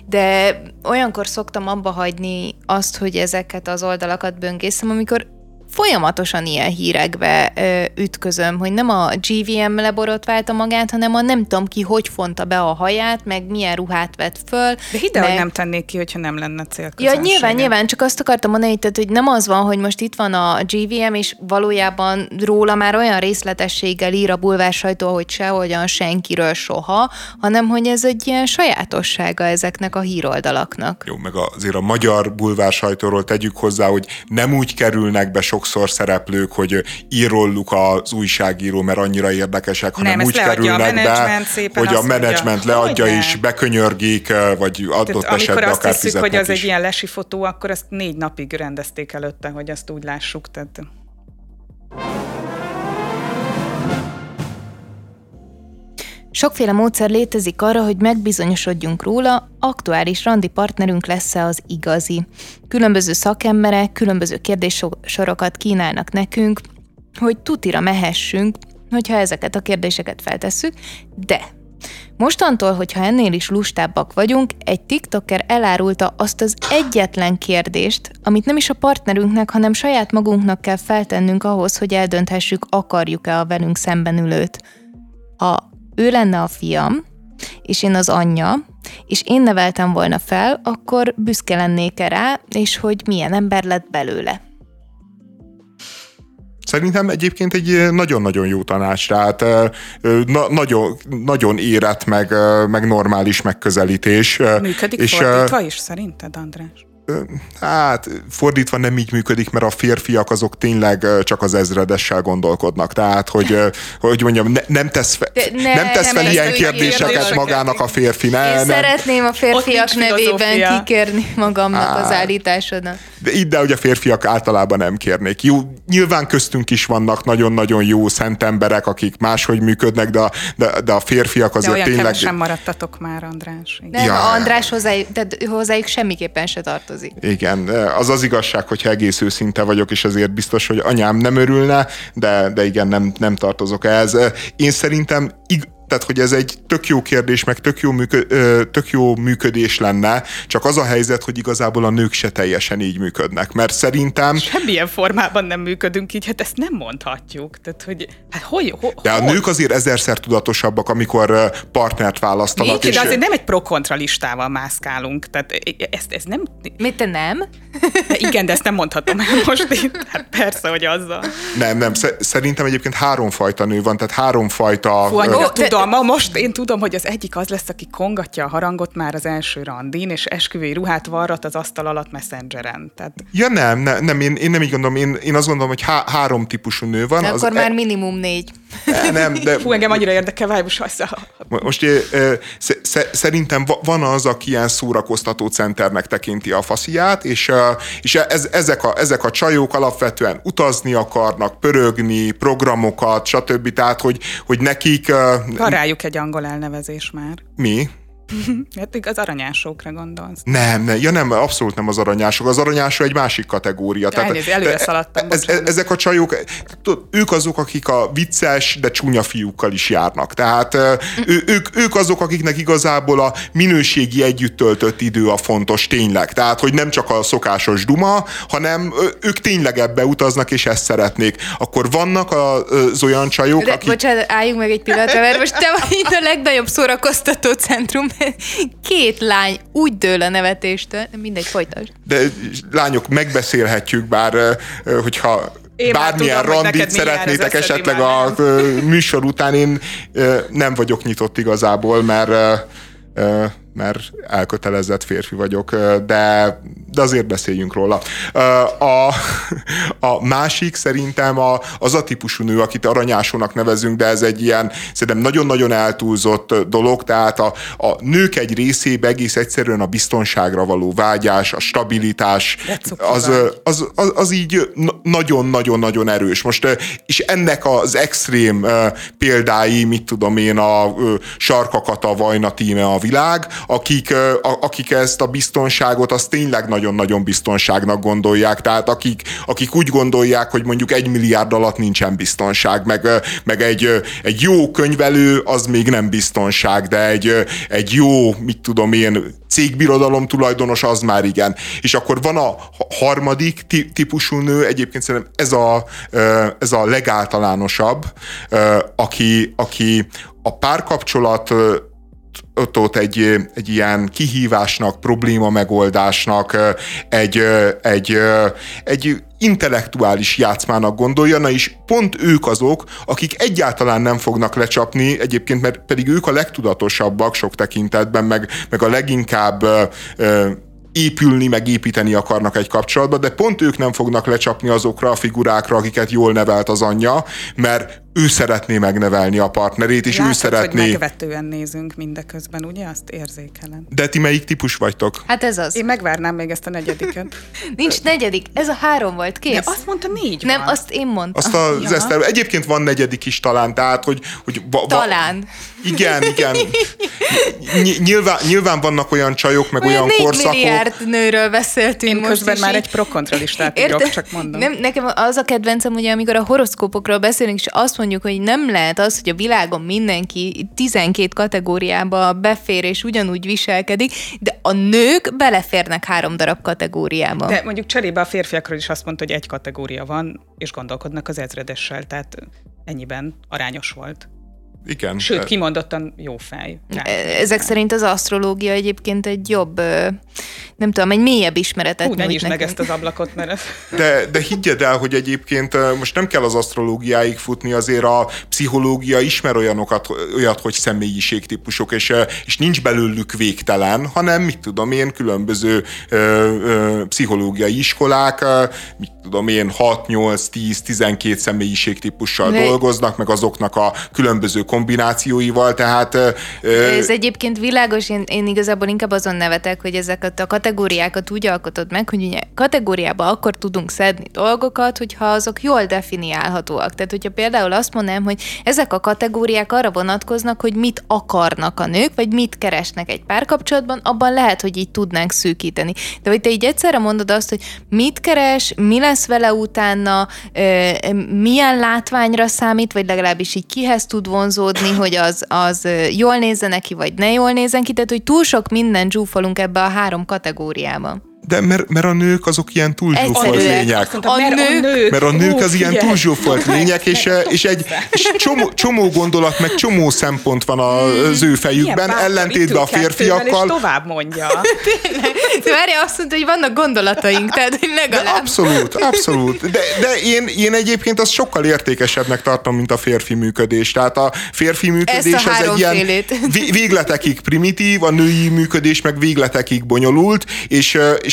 de olyankor szoktam abba hagyni azt, hogy ezeket az oldalakat böngészem, amikor folyamatosan ilyen hírekbe ö, ütközöm, hogy nem a gé vé em leborotválta magát, hanem a nem tudom ki, hogy fonta be a haját, meg milyen ruhát vett föl. De hidd el, meg... hogy nem tennék ki, hogyha nem lenne célközönsége. Ja, nyilván, nyilván, csak azt akartam mondani, tehát, hogy nem az van, hogy most itt van a gé vé em, és valójában róla már olyan részletességgel ír a bulvár sajtó, hogy sehogyan senkiről soha, hanem hogy ez egy ilyen sajátossága ezeknek a híroldalaknak. Jó, meg azért a magyar bulvár sajtóról tegyük hozzá, hogy nem úgy kerülnek be sokszor szereplők, hogy ír róluk az újságíró, mert annyira érdekesek, hanem nem, úgy kerülnek be, hogy a menedzsment leadja és bekönyörgik, vagy adott tehát, esetben akár azt hiszük, hogy az is. egy ilyen lesi fotó, akkor azt négy napig rendezték előtte, hogy azt úgy lássuk. Tehát... Sokféle módszer létezik arra, hogy megbizonyosodjunk róla, aktuális randi partnerünk lesz-e az igazi. Különböző szakemberek, különböző kérdéssorokat kínálnak nekünk, hogy tutira mehessünk, hogyha ezeket a kérdéseket feltesszük, de mostantól, hogyha ennél is lustábbak vagyunk, egy tiktoker elárulta azt az egyetlen kérdést, amit nem is a partnerünknek, hanem saját magunknak kell feltennünk ahhoz, hogy eldönthessük, akarjuk-e a velünk szemben ülőt. Ha ő lenne a fiam, és én az anyja, és én neveltem volna fel, akkor büszke lennék rá, és hogy milyen ember lett belőle. Szerintem egyébként egy nagyon-nagyon jó tanács, tehát na, nagyon, nagyon érett, meg, meg normális megközelítés. Működik és fordítva is szerinted, András? Hát fordítva nem így működik, mert a férfiak azok tényleg csak az ezredessel gondolkodnak. Tehát, hogy, hogy mondjam, ne, nem tesz fel, ne, nem tesz fel nem ilyen kérdéseket kérdés magának a férfi. Ne, Én nem. szeretném a férfiak nevében kikérni magamnak Á, az állításodat. De így, de hogy a férfiak általában nem kérnék. Jó, nyilván köztünk is vannak nagyon-nagyon jó szent emberek, akik máshogy működnek, de, de, de a férfiak azért de olyan tényleg... kevesen maradtatok már, András. Nem, ja. András hozzájuk, hozzájuk semmiképpen se tartozik. Igen, az az igazság, hogyha egész őszinte vagyok, és azért biztos, hogy anyám nem örülne, de, de igen, nem, nem tartozok ehhez. Én szerintem ig- tehát, hogy ez egy tök jó kérdés, meg tök jó, működ, tök jó működés lenne, csak az a helyzet, hogy igazából a nők se teljesen így működnek, mert szerintem... Semmilyen formában nem működünk így, hát ezt nem mondhatjuk. Tehát, hogy, hát hogy, ho, de a hogy? nők azért ezerszer tudatosabbak, amikor partnert választanak. Nincs, és... de azért nem egy pro-kontra listával mászkálunk, tehát ezt, ezt nem... Mit, te nem? De igen, de ezt nem mondhatom el most itt. Hát persze, hogy azzal. Nem, nem, szerintem egyébként háromfajta nő van, tehát háromfajta... Fú, annyira tudom, ma most én tudom, hogy az egyik az lesz, aki kongatja a harangot már az első randin, és esküvői ruhát varrat az asztal alatt Messengeren. Tehát... Ja nem, ne, nem én, én nem így gondolom, én, én azt gondolom, hogy há, három típusú nő van. De az akkor e... már minimum négy. Ne, nem, de... Fú, engem annyira érdekel, várj, most hagysz. Most sz- sz- szerintem van az, aki ilyen szórakoztató centernek tekinti a fasziát, és, és ez, ezek, a, ezek a csajok alapvetően utazni akarnak, pörögni, programokat, stb. Tehát, hogy, hogy nekik... Van rájuk egy angol elnevezés már. Mi? Hát az aranyásokra gondolsz. Nem, nem, ja nem, abszolút nem az aranyások. Az aranyások egy másik kategória. Elnézést, előre szaladtam. Ez, ez, ezek a csajok, ők azok, akik a vicces, de csúnya fiúkkal is járnak. Tehát ő, ők, ők azok, akiknek igazából a minőségi együtt töltött idő a fontos tényleg. Tehát, hogy nem csak a szokásos duma, hanem ők tényleg ebbe utaznak, és ezt szeretnék. Akkor vannak az olyan csajok, de, akik... Bocsánat, álljunk meg egy pillanatra, mert most te vagy itt a legnagyobb szórakoztató centrum. Két lány úgy dől a nevetéstől, mindegy, folytasd. De lányok, megbeszélhetjük, bár hogyha én bármilyen tudom, randit szeretnétek esetleg a műsor után, én nem vagyok nyitott igazából, mert mert elkötelezett férfi vagyok, de, de azért beszéljünk róla. A, a másik szerintem a, az a típusú nő, akit aranyásónak nevezünk, de ez egy ilyen, szerintem nagyon-nagyon eltúlzott dolog, tehát a, a nők egy részébe egész egyszerűen a biztonságra való vágyás, a stabilitás, az, az, az, az így nagyon-nagyon-nagyon erős. Most, és ennek az extrém példái, mit tudom én, a Sarkakata, Vajna tíme a világ, akik, akik ezt a biztonságot, azt tényleg nagyon-nagyon biztonságnak gondolják. Tehát akik, akik úgy gondolják, hogy mondjuk egy milliárd alatt nincsen biztonság, meg, meg egy, egy jó könyvelő, az még nem biztonság, de egy, egy jó, mit tudom én, cégbirodalom tulajdonos, az már igen. És akkor van a harmadik típusú nő, egyébként szerintem ez a, ez a legáltalánosabb, aki, aki a párkapcsolat ott egy, egy ilyen kihívásnak, probléma megoldásnak, egy, egy, egy intellektuális játszmának gondolja, na és pont ők azok, akik egyáltalán nem fognak lecsapni, egyébként mert pedig ők a legtudatosabbak sok tekintetben, meg, meg a leginkább épülni, meg építeni akarnak egy kapcsolatba, de pont ők nem fognak lecsapni azokra a figurákra, akiket jól nevelt az anyja, mert ő szeretné megnevelni a partnerét, és Látod, ő szeretné... hogy megvetően nézünk mindeközben, ugye? Azt érzékelem. De ti melyik típus vagytok? Hát ez az. Én megvárnám még ezt a negyediket. Nincs negyedik, ez a három volt, kész. De azt mondta négy Nem, van. azt én mondtam. Azt az ja. Eszter, egyébként van negyedik is talán, tehát, hogy... hogy va, va, talán. Igen, igen. Nyilván, nyilván vannak olyan csajok, meg olyan, olyan korszakok... négy milliárd nőről beszéltünk én most közben már így. egy pro-kontralistát írok, csak mondom. Nem, nekem az a kedvencem, ugye, amikor a horoszkópokról beszélünk, és azt mondjuk, hogy nem lehet az, hogy a világon mindenki tizenkét kategóriába befér, és ugyanúgy viselkedik, de a nők beleférnek három darab kategóriába. De mondjuk cserébe a férfiakról is azt mondta, hogy egy kategória van, és gondolkodnak az ezredessel, tehát ennyiben arányos volt. Igen. Sőt, kimondottan jó fej. Ezek szerint az asztrológia egyébként egy jobb, nem tudom, egy mélyebb ismeretet Hú, ne nyisd meg nekünk. ezt az ablakot, mert... De, de higgyed el, hogy egyébként most nem kell az asztrológiáig futni, azért a pszichológia ismer olyanokat, olyat, hogy személyiségtípusok, és, és nincs belőlük végtelen, hanem mit tudom én, különböző ö, ö, pszichológiai iskolák, mit tudom én, hat, nyolc, tíz, tizenkét személyiségtípussal de... dolgoznak, meg azoknak a különböző kombinációival, tehát... Ö, Ez egyébként világos, én, én igazából inkább azon nevetek, hogy ezeket a kategóriákat úgy alkotod meg, hogy ugye kategóriába akkor tudunk szedni dolgokat, hogyha azok jól definiálhatóak. Tehát, hogyha például azt mondanám, hogy ezek a kategóriák arra vonatkoznak, hogy mit akarnak a nők, vagy mit keresnek egy párkapcsolatban, abban lehet, hogy így tudnánk szűkíteni. De hogy te így egyszerre mondod azt, hogy mit keres, mi lesz vele utána, milyen látványra számít, vagy legalábbis így kihez tud vonzódni, hogy az, az jól nézzen neki, vagy ne jól nézzen ki, tehát hogy túl sok mindent zsúfolunk ebbe a három kategóriába. De mert, mert a nők azok ilyen túlzsúfolt lények. Mondta, a, mert nők, a nők, mert a nők az ó, ilyen túlzsúfolt lények, és, és egy és csomó, csomó gondolat, meg csomó szempont van az ő fejükben, ellentétben a férfiakkal. És tovább mondja. De várja, azt mondta, hogy vannak gondolataink, tehát hogy legalább. De abszolút, abszolút. De, de én, én egyébként azt sokkal értékesebbnek tartom, mint a férfi működés. Tehát a férfi működés az egy ilyen végletekig primitív, a női működés meg végletekig bonyolult, és, és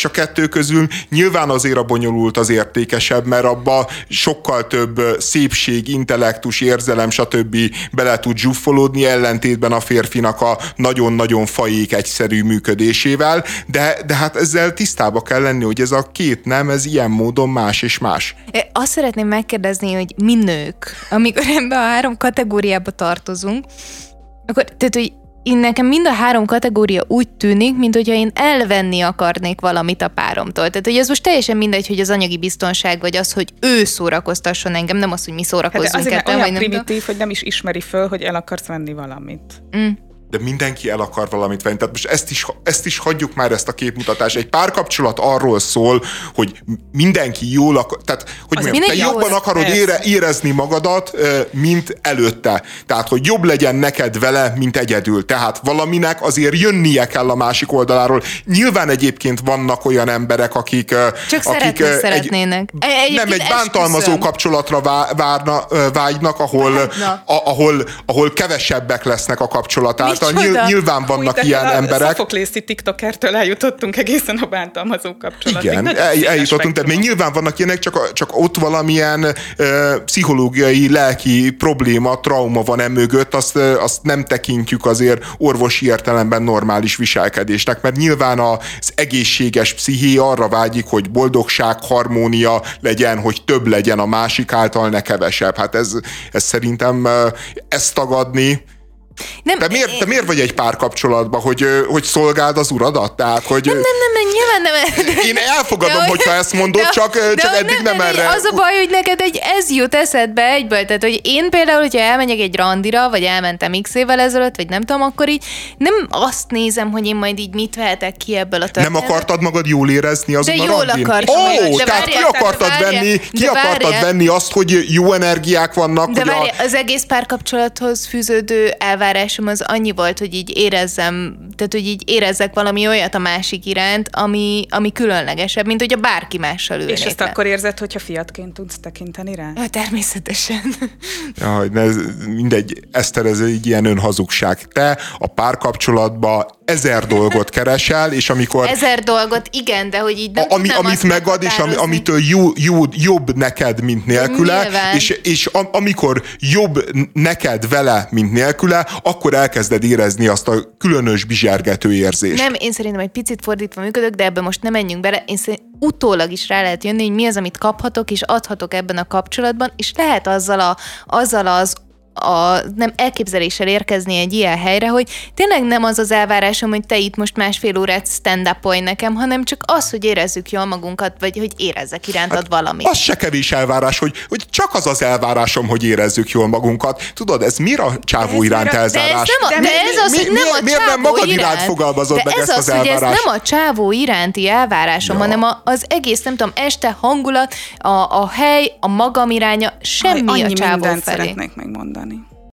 és a kettő közül nyilván azért a bonyolult az értékesebb, mert abba sokkal több szépség, intellektus, érzelem, stb. Bele tud zsuffolódni, ellentétben a férfinak a nagyon-nagyon fajék egyszerű működésével, de, de hát ezzel tisztába kell lenni, hogy ez a két nem, ez ilyen módon más és más. Azt szeretném megkérdezni, hogy mi nők, amikor ebben a három kategóriába tartozunk, akkor, tehát, hogy én nekem mind a három kategória úgy tűnik, mint hogyha én elvenni akarnék valamit a páromtól. Tehát, hogy ez most teljesen mindegy, hogy az anyagi biztonság, vagy az, hogy ő szórakoztasson engem, nem az, hogy mi szórakozzunk. Hát azért ketten, olyan vagy primitív, nem hogy nem is ismeri föl, hogy el akarsz venni valamit. Mm. De mindenki el akar valamit venni. Tehát most ezt is, ezt is hagyjuk már, ezt a képmutatást. Egy párkapcsolat arról szól, hogy mindenki jól akar, tehát hogy mondjam, te jobban jól, akarod ére, érezni magadat, mint előtte. Tehát, hogy jobb legyen neked vele, mint egyedül. Tehát valaminek azért jönnie kell a másik oldaláról. Nyilván egyébként vannak olyan emberek, akik... Csak akik szeretni szeretnének. Egy, nem, egy bántalmazó esküszöm. kapcsolatra várna, vágynak, ahol, a, ahol, ahol kevesebbek lesznek a kapcsolatát. Nyilván, nyilván vannak Új, ilyen a emberek. A Szofoklészi tiktokertől eljutottunk egészen a bántalmazó kapcsolatig. Igen, el, eljutottunk, de még nyilván vannak ilyenek, csak, csak ott valamilyen ö, pszichológiai, lelki probléma, trauma van e mögött, azt, ö, azt nem tekintjük azért orvosi értelemben normális viselkedésnek, mert nyilván az egészséges psziché arra vágyik, hogy boldogság, harmónia legyen, hogy több legyen a másik által, ne kevesebb. Hát ez, ez szerintem ö, ezt tagadni. Nem, te, miért, te miért vagy egy párkapcsolatban, hogy, hogy szolgáld az uradat? Tehát, hogy nem, nem, nem, nem, nyilván nem. De, én elfogadom, de, hogyha ezt mondod, de, csak, de, csak eddig nem, nem erre. Az a baj, hogy neked egy ez jut eszedbe egyből. Tehát, hogy én például, hogyha elmegyek egy randira, vagy elmentem x évvel ezelőtt, vagy nem tudom, akkor így nem azt nézem, hogy én majd így mit vehetek ki ebből a történetet. Nem akartad magad jól érezni azon de a randin? Ó, oh, tehát várjál, ki akartad tehát venni, ki akartad várjál. venni azt, hogy jó energiák vannak. De hogy várjál, a... az egész párkapcsolathoz fűződő elvárásom az annyi volt, hogy így érezzem, tehát hogy így érezzek valami olyat a másik iránt, ami, ami különlegesebb, mint hogy a bárki mással ülnék. És ezt le. Akkor érzed, hogyha fiatként tudsz tekinteni rá? Ja, természetesen. Jaj, ez, mindegy, Eszter, ez egy ilyen önhazugság. Te a párkapcsolatba ezer dolgot keresel, és amikor... Ezer dolgot, igen, de hogy így nem ami, amit megad, és ami, amitől jó, jó, jobb neked, mint nélküle, és, és am, amikor jobb neked vele, mint nélküle, akkor elkezded érezni azt a különös bizsergető érzést. Nem, én szerintem egy picit fordítva működök, de ebbe most nem menjünk bele. Én szerintem utólag is rá lehet jönni, hogy mi az, amit kaphatok és adhatok ebben a kapcsolatban, és lehet azzal, a, azzal az a nem elképzeléssel érkezni egy ilyen helyre, hogy tényleg nem az az elvárásom, hogy te itt most másfél órát stand-upolj nekem, hanem csak az, hogy érezzük jól magunkat, vagy hogy érezzek irántad hát valamit. Az se kevés elvárás, hogy, hogy csak az az elvárásom, hogy érezzük jól magunkat. Tudod, ez mire a csávó ez iránt elzárás? De ez, nem a, de ez az, hogy nem a miért csávó nem magad iránt, iránt fogalmazod meg ez ezt az, az elvárást? De ez az, hogy ez nem a csávó iránti elvárásom, ja. hanem a, az egész, nem tudom, este hangulat, a, a hely, a magam iránya, semmi Annyi a csávó mindent felé. szeretnék megmondani.